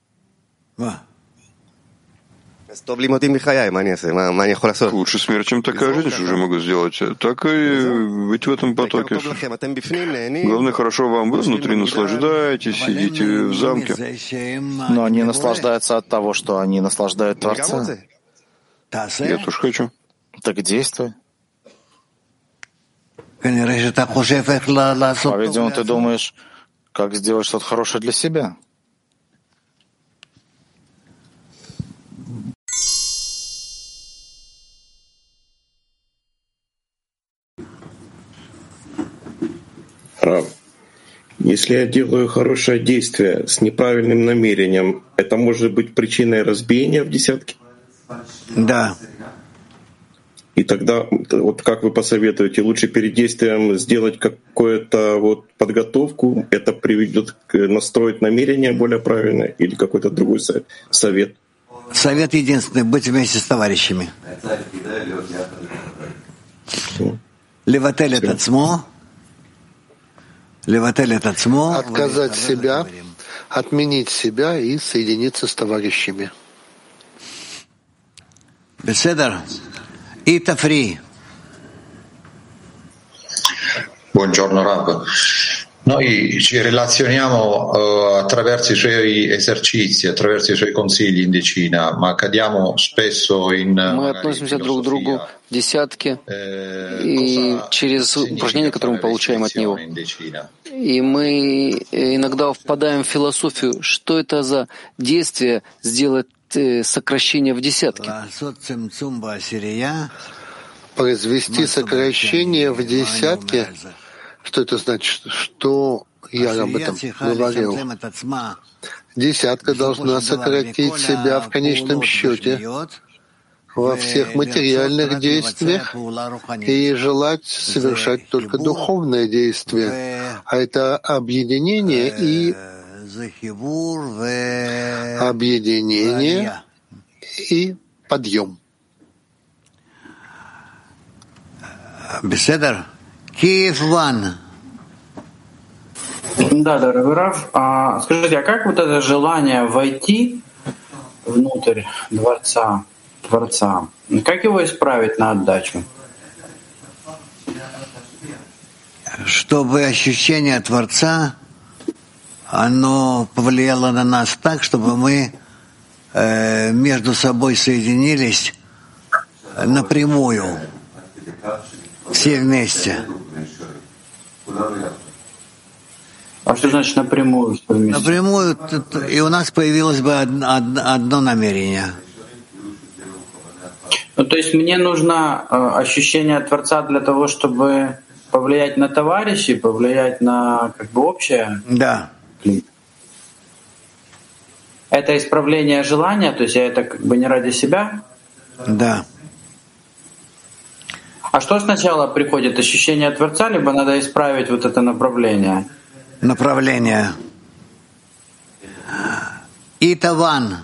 Лучше смерть, чем такая жизнь, что же могу сделать. Так и быть в этом потоке. Главное, хорошо вам, вы внутри наслаждаетесь, сидите в замке. Но они наслаждаются от того, что они наслаждают Творца. Я тоже хочу. Так действуй. По-видимому, ты думаешь, как сделать что-то хорошее для себя. Если я делаю хорошее действие с неправильным намерением, это может быть причиной разбиения в десятке? Да. И тогда, вот как вы посоветуете, лучше перед действием сделать какую-то вот подготовку, это приведет к настроить намерение более правильное или какой-то другой совет? Совет единственный — быть вместе с товарищами. Леватель этот смо. Отказать себя, отменить себя и соединиться с товарищами. Itafri. Buongiorno Rab. Noi ci relazioniamo uh, attraverso i suoi esercizi, attraverso i suoi consigli in decina, ma cadiamo spesso in... Мы относимся друг к другу в десятке и через упражнения, которые мы получаем от него. И мы иногда впадаем в философию, что это за действие сделать сокращение в десятке. Произвести сокращение в десятке. Что это значит? Что я об этом говорил? Десятка должна сократить себя в конечном счете во всех материальных действиях и желать совершать только духовное действие. А это объединение и объединение и подъем. Беседер. Киев Ван. Да, дорогой Рав, а скажите, а как вот это желание войти внутрь дворца Творца, как его исправить на отдачу? Чтобы ощущение Творца, оно повлияло на нас так, чтобы мы э, между собой соединились напрямую, все вместе. А что значит напрямую? Напрямую, и у нас появилось бы одно, одно намерение. Ну, то есть мне нужно ощущение Творца для того, чтобы повлиять на товарищей, повлиять на как бы общее? Да. Это исправление желания, то есть я это как бы не ради себя? Да. А что сначала приходит, ощущение Творца, либо надо исправить вот это направление? Направление. Итаван.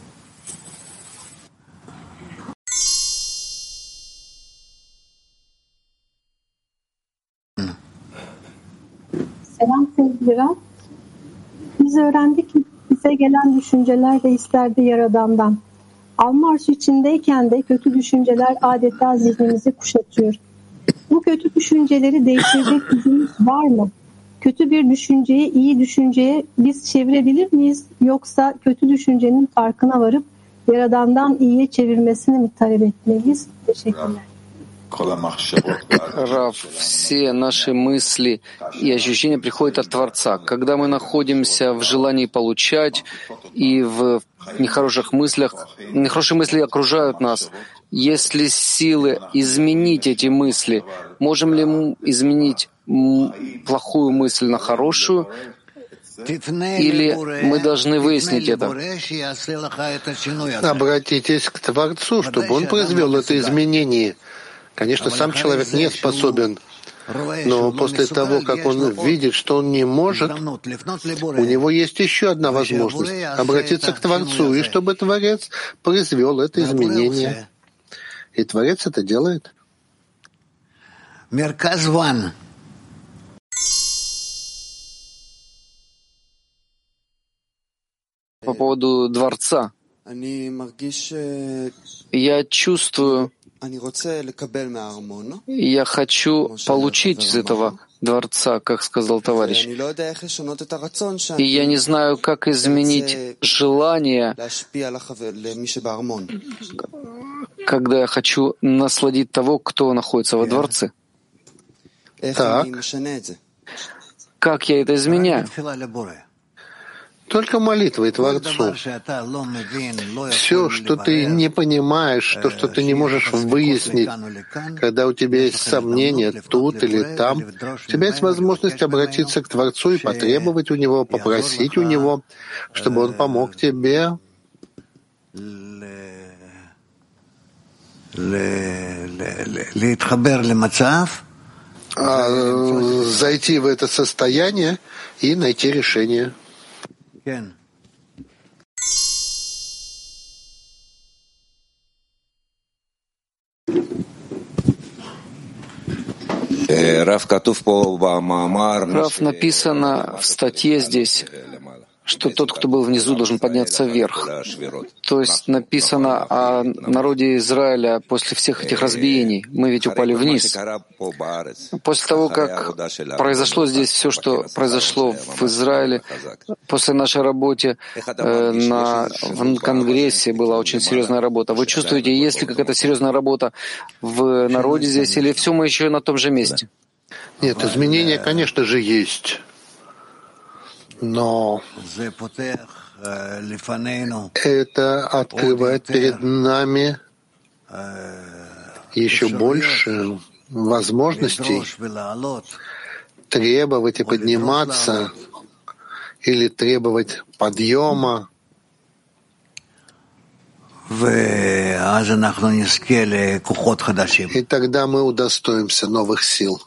Selam sevgili Rab. Biz öğrendik ki bize gelen düşünceler ve hisler de Yaradan'dan. Alma arzu içindeyken de kötü düşünceler adeta zihnimizi kuşatıyor. Bu kötü düşünceleri değiştirecek gücümüz var mı? Kötü bir düşünceyi iyi düşünceye biz çevirebilir miyiz? Yoksa kötü düşüncenin farkına varıp Yaradan'dan iyiye çevirmesini mi talep etmeliyiz? Teşekkürler. Рав, все наши мысли и ощущения приходят от Творца. Когда мы находимся в желании получать и в нехороших мыслях, нехорошие мысли окружают нас. Есть ли силы изменить эти мысли? Можем ли мы изменить плохую мысль на хорошую? Или мы должны выяснить это? Обратитесь к Творцу, чтобы Он произвел это изменение. Конечно, сам человек не способен, но после того, как он видит, что он не может, у него есть еще одна возможность — обратиться к Творцу, и чтобы Творец произвел это изменение. И Творец это делает. Мерказван. По поводу дворца. Я чувствую, я хочу получить из этого дворца, как сказал товарищ. И я не знаю, как изменить желание, когда я хочу насладить того, кто находится во дворце. Так. Как я это изменяю? Только молитвой Творцу. Все, что ты не понимаешь, то, что ты не можешь выяснить, когда у тебя есть сомнения тут или там, у тебя есть возможность обратиться к Творцу и потребовать у Него, попросить у Него, чтобы Он помог тебе зайти в это состояние и найти решение. Рав, написано в статье здесь, что тот, кто был внизу, должен подняться вверх. То есть написано о народе Израиля после всех этих разбиений. Мы ведь упали вниз. После того, как произошло здесь все, что произошло в Израиле, после нашей работы э, на, в Конгрессе была очень серьезная работа. Вы чувствуете, есть ли какая-то серьезная работа в народе здесь, или все мы еще на том же месте? Нет, изменения, конечно же, есть. Но это открывает перед нами еще больше возможностей требовать и подниматься или требовать подъема. И тогда мы удостоимся новых сил.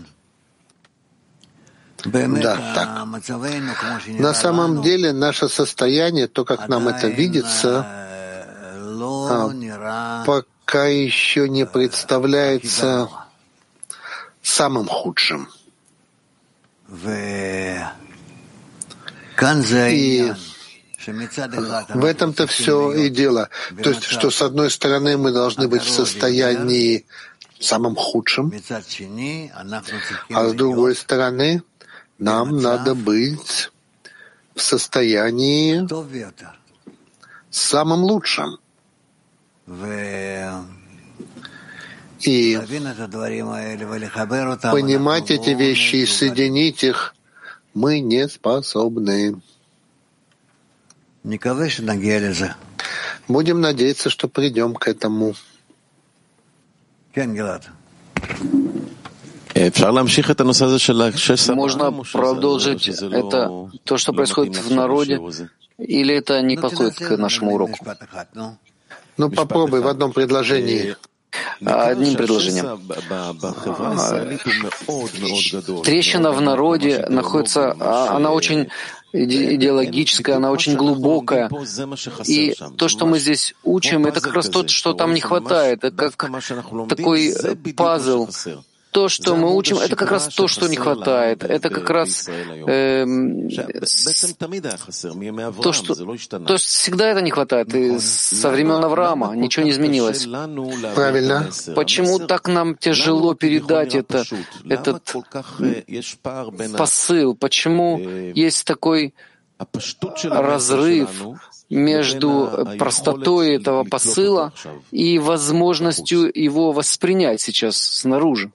Да, так. На самом деле наше состояние, то, как нам это видится, пока еще не представляется самым худшим. И в этом-то все и дело. То есть, что с одной стороны мы должны быть в состоянии самым худшим, а с другой стороны нам надо быть в состоянии самым лучшим. И понимать эти вещи и соединить их мы не способны. Будем надеяться, что придем к этому. Можно продолжить это, то, что происходит в народе, или это не подходит к нашему уроку? Ну, попробуй в одном предложении. Одним предложением. Трещина в народе находится, она очень идеологическая, она очень глубокая. И то, что мы здесь учим, это как раз то, что там не хватает. Это как такой пазл. То, что мы учим, это как раз то, что не хватает. Это как раз э, то, что, то, что всегда это не хватает. И со времен Авраама ничего не изменилось. Правильно. Почему так нам тяжело передать это, этот посыл? Почему есть такой разрыв между простотой этого посыла и возможностью его воспринять сейчас снаружи?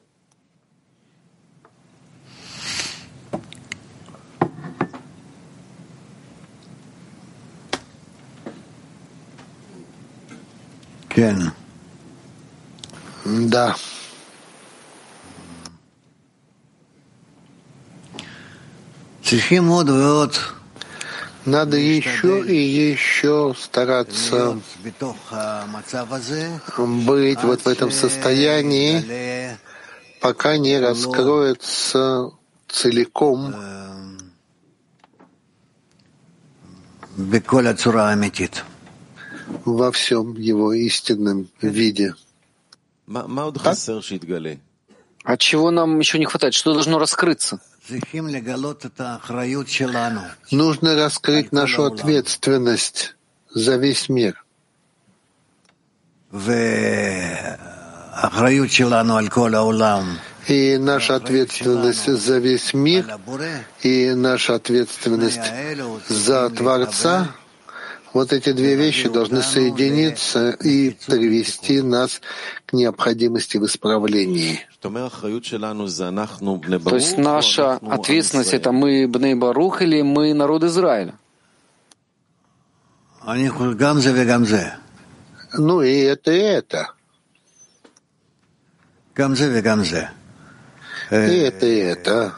Да. Надо еще и еще стараться быть вот в этом состоянии, пока не раскроется целиком во всем его истинном виде. Так? А чего нам еще не хватает? Что должно раскрыться? Нужно раскрыть нашу ответственность за весь мир. И наша ответственность за весь мир, и наша ответственность за Творца, вот эти две вещи должны соединиться и привести нас к необходимости в исправлении. То есть наша ответственность — это мы Бней Барух или мы народ Израиля? Ну и это, и это. И это, и это.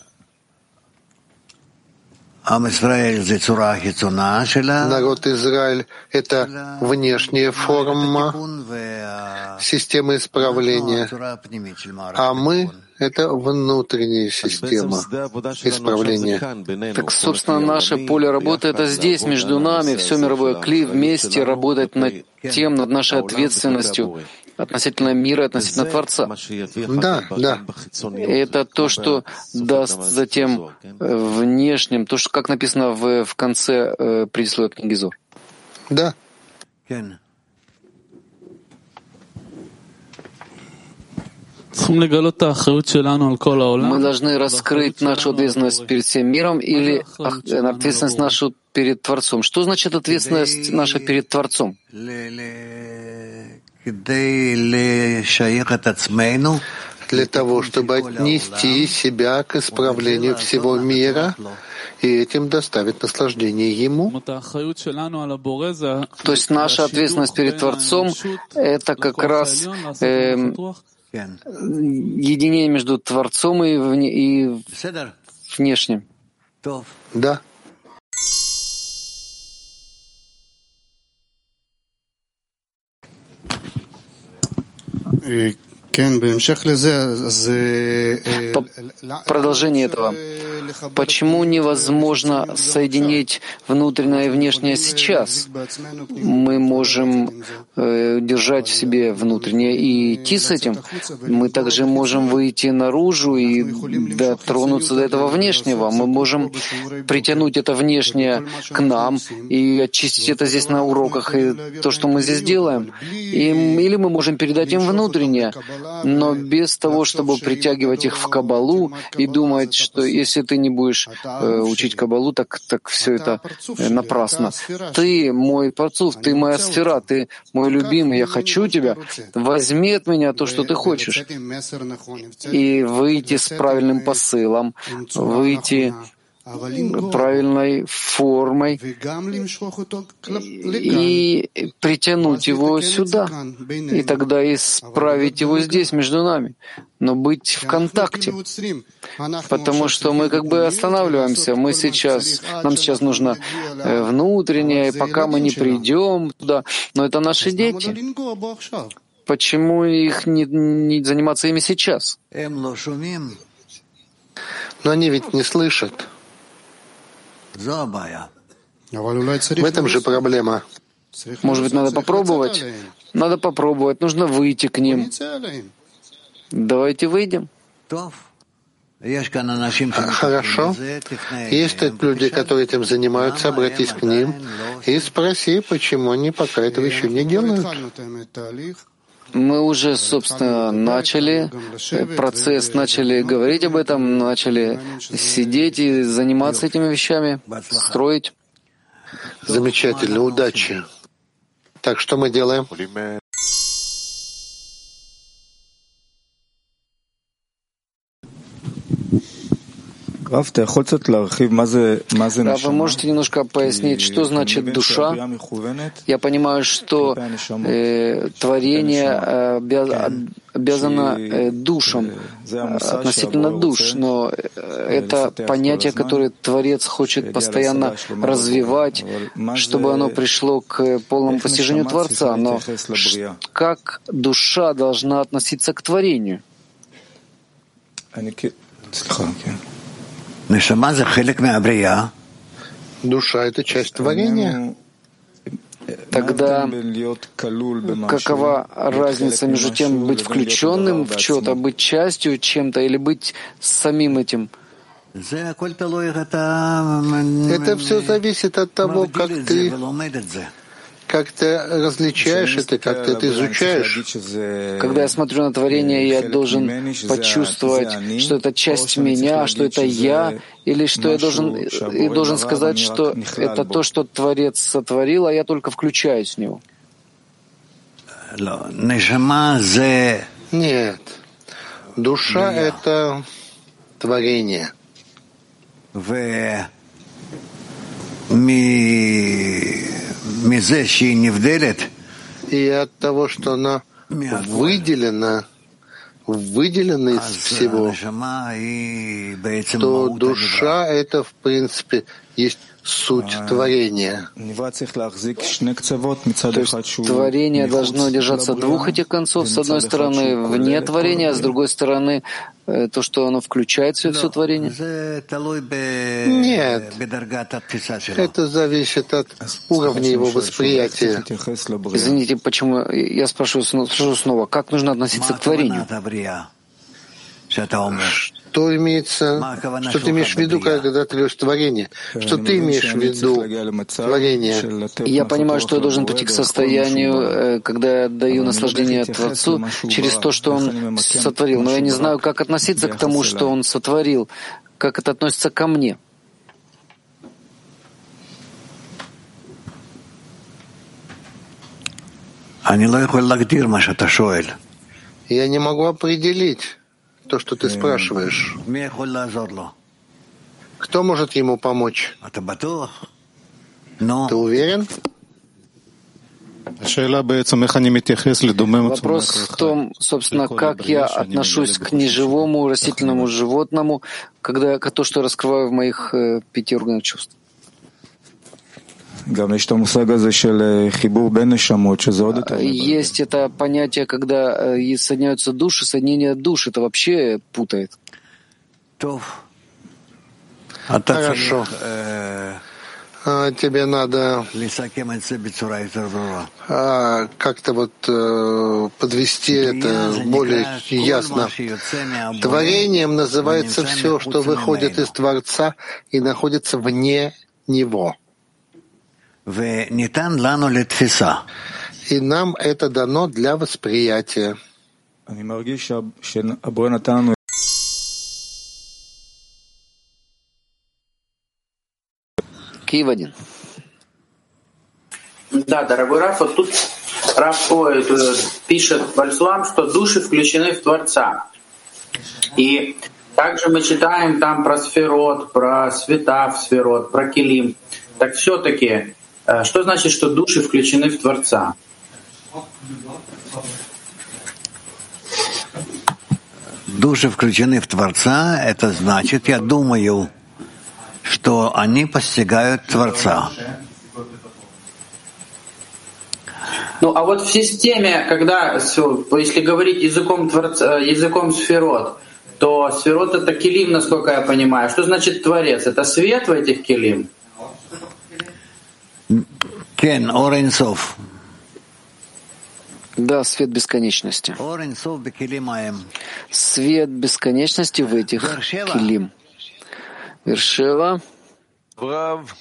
Народ Израиль — это внешняя форма системы исправления, а мы — это внутренняя система исправления. Так, собственно, наше поле работы — это здесь, между нами, все мировое кли вместе работать над тем, над нашей ответственностью относительно мира, относительно Творца. Да, да. Это то, что даст затем внешним, то, что, как написано в, в конце э, предисловия книги Зор. Да. Мы должны раскрыть нашу ответственность перед всем миром или ответственность нашу перед Творцом. Что значит ответственность наша перед Творцом? Для того, чтобы отнести себя к исправлению всего мира, и этим доставить наслаждение Ему. То есть наша ответственность перед Творцом — это как раз э, единение между Творцом и, вне, и внешним. Да. Продолжение этого. Почему невозможно соединить внутреннее и внешнее сейчас? Мы можем э, держать в себе внутреннее и идти с этим. Мы также можем выйти наружу и дотронуться до этого внешнего. Мы можем притянуть это внешнее к нам и очистить это здесь на уроках, и то, что мы здесь делаем. И, или мы можем передать им внутреннее, но без того, чтобы притягивать их в Каббалу и думать, что если ты не будешь э, учить Каббалу, так, так все это э, напрасно. Ты мой Парцуф, ты моя сфера, ты мой любимый, я хочу тебя. Возьми от меня то, что ты хочешь. И выйти с правильным посылом, выйти правильной формой и притянуть его сюда, и тогда исправить его здесь, между нами, но быть в контакте. Потому что мы как бы останавливаемся, мы сейчас, нам сейчас нужно внутреннее, пока мы не придем туда, но это наши дети. Почему их не, не заниматься ими сейчас? Но они ведь не слышат. В этом же проблема. Может быть, надо попробовать? Надо попробовать. Нужно выйти к ним. Давайте выйдем. Хорошо. Есть тут люди, которые этим занимаются, обратись к ним и спроси, почему они пока этого еще не делают. Мы уже, собственно, начали процесс, начали говорить об этом, начали сидеть и заниматься этими вещами, строить. Замечательно, удачи. Так, что мы делаем? Рав, вы можете немножко пояснить, что значит душа? Я понимаю, что э, творение обяз... обязано э, душам, относительно душ, но это понятие, которое Творец хочет постоянно развивать, чтобы оно пришло к полному постижению Творца. Но как душа должна относиться к творению? Душа — это часть творения. Тогда какова разница между тем быть включенным в что-то, быть частью чем-то или быть самим этим? Это все зависит от того, как ты, как ты различаешь это, как ты это изучаешь. Когда я смотрю на творение, я должен почувствовать, что это часть меня, что это я, или что я должен, и должен сказать, что это то, что Творец сотворил, а я только включаюсь в него. Нет. Душа — это творение. И от того, что она выделена, выделена из всего, то душа — это, в принципе, есть суть творения. То есть творение должно держаться двух этих концов. С одной стороны, вне творения, а с другой стороны, то, что оно включает все, все творение? Нет. Это зависит от уровня его восприятия. Извините, почему я спрашиваю, спрашиваю снова, как нужно относиться к творению? Что имеется, что ты имеешь в виду, когда ты говоришь творение? Что ты имеешь в виду творение? Я понимаю, что я должен прийти к состоянию, когда я даю наслаждение Творцу через то, что Он сотворил. Но я не знаю, как относиться к тому, что Он сотворил, как это относится ко мне. Я не могу определить то, что ты спрашиваешь. Кто может ему помочь? Ты уверен? Вопрос в том, собственно, как я отношусь к неживому растительному животному, когда то, что я раскрываю в моих э, пяти органах чувств. Есть это понятие, когда соединяются души, соединение душ, это вообще путает. Хорошо. Тебе надо как-то вот подвести это более ясно. Творением называется все, что выходит из Творца и находится вне Него. И нам это дано для восприятия. Киев один. Да, дорогой Раф, вот тут Раф ой, пишет Вальслам, что души включены в Творца. И также мы читаем там про сферот, про света в сферот, про килим. Так все-таки, что значит, что души включены в Творца? Души включены в Творца, это значит, я думаю, что они постигают Творца. Ну, а вот в системе, когда, если говорить языком Творца, языком сферот, то сферот — это килим, насколько я понимаю. Что значит Творец? Это свет в этих килим? Кен, Ор Эйн Соф. Да, свет бесконечности. Свет бесконечности в этих килим. Вершева. Рав,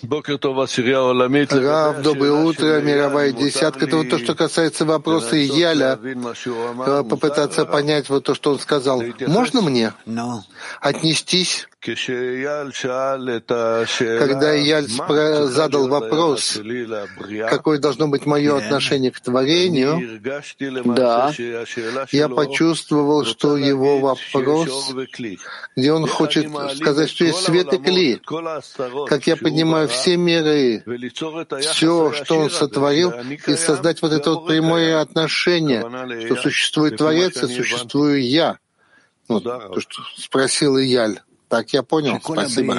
доброе утро, мировая десятка. Это вот то, что касается вопроса Яля, попытаться понять вот то, что он сказал. Можно мне отнестись? Когда Яль задал вопрос, какое должно быть мое отношение к творению, да, я почувствовал, что его вопрос, где он хочет сказать, что есть свет и кли, как я понимаю, все миры, все, что он сотворил, и создать вот это вот прямое отношение, что существует Творец и существую я. Вот то, что спросил Ияль. Так я понял. Спасибо.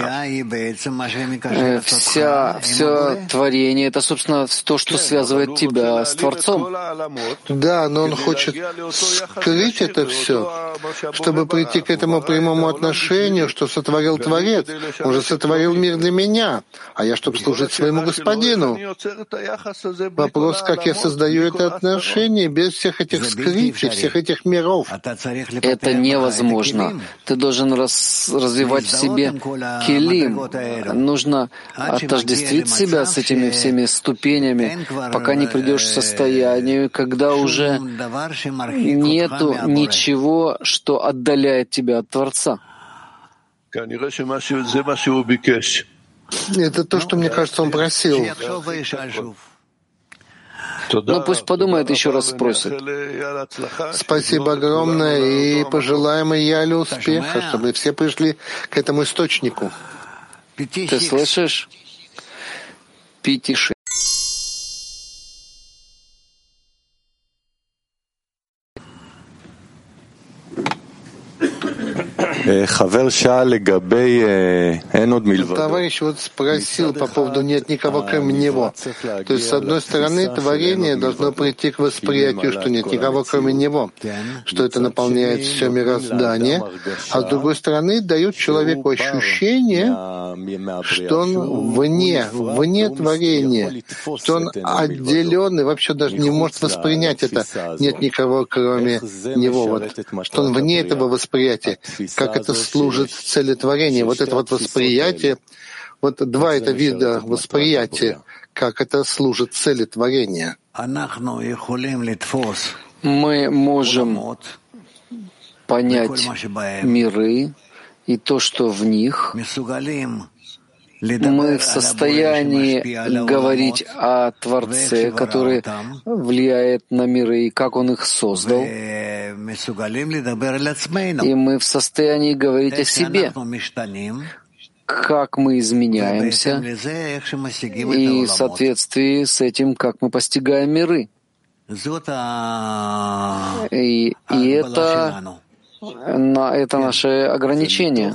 Вся, все творение — это, собственно, то, что связывает тебя с Творцом. Да, но он хочет скрыть это все, чтобы прийти к этому прямому отношению, что сотворил Творец. Он же сотворил мир для меня, а я, чтобы служить своему Господину. Вопрос, как я создаю это отношение без всех этих скрытий, всех этих миров. Это невозможно. Ты должен раз, развивать в себе килим. Нужно отождествить себя с этими всеми ступенями, пока не придешь к состоянию, когда уже нету ничего, что отдаляет тебя от Творца. Это то, что, мне кажется, он просил. Ну, пусть подумает, еще раз спросит. Спасибо огромное и пожелаем Ялю успеха, чтобы все пришли к этому источнику. Ты слышишь? Пятиши. Товарищ вот спросил по поводу «нет никого, кроме него». То есть, с одной стороны, творение должно прийти к восприятию, что нет никого, кроме него, что это наполняет все мироздание, а с другой стороны, дает человеку ощущение, что он вне, вне творения, что он отделен и вообще даже не может воспринять это «нет никого, кроме него», вот, что он вне этого восприятия, как это служит цели творения. Вот это вот восприятие, вот два это вида восприятия, как это служит цели творения. Мы можем понять миры и то, что в них. Мы в состоянии говорить о Творце, который влияет на миры и как Он их создал. И мы в состоянии говорить о себе, как мы изменяемся, и в соответствии с этим, как мы постигаем миры. И, и это, это наше ограничение.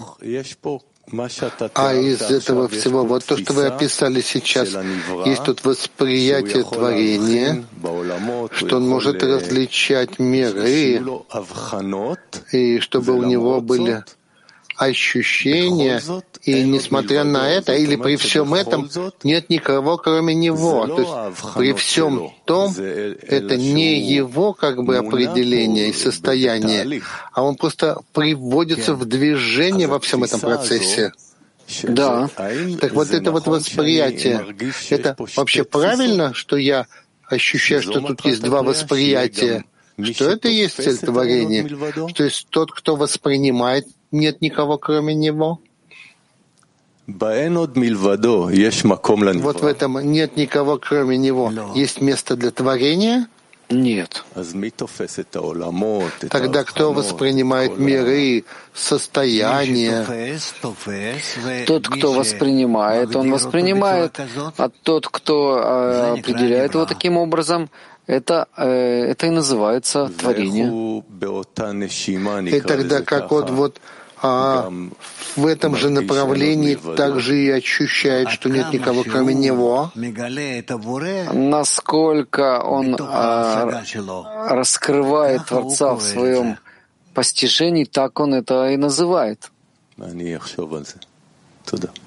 А из этого всего, вот то, что вы описали сейчас, есть тут восприятие творения, что он может различать миры, и чтобы у него были ощущения, и несмотря на это, или при всем этом, нет никого, кроме него. То есть при всем том, это не его как бы определение и состояние, а он просто приводится в движение во всем этом процессе. Да. Так вот это вот восприятие, это вообще правильно, что я ощущаю, что тут есть два восприятия, что это и есть цель творения, что есть тот, кто воспринимает, нет никого, кроме него. Вот в этом нет никого, кроме него. Есть место для творения? Нет. Тогда кто воспринимает миры, состояния? Тот, кто воспринимает, он воспринимает, а тот, кто э, определяет его таким образом, это, э, это и называется творение. И тогда как вот, вот а в этом же направлении также и ощущает, что нет никого, кроме него. Насколько он а, раскрывает Творца в своем постижении, так он это и называет.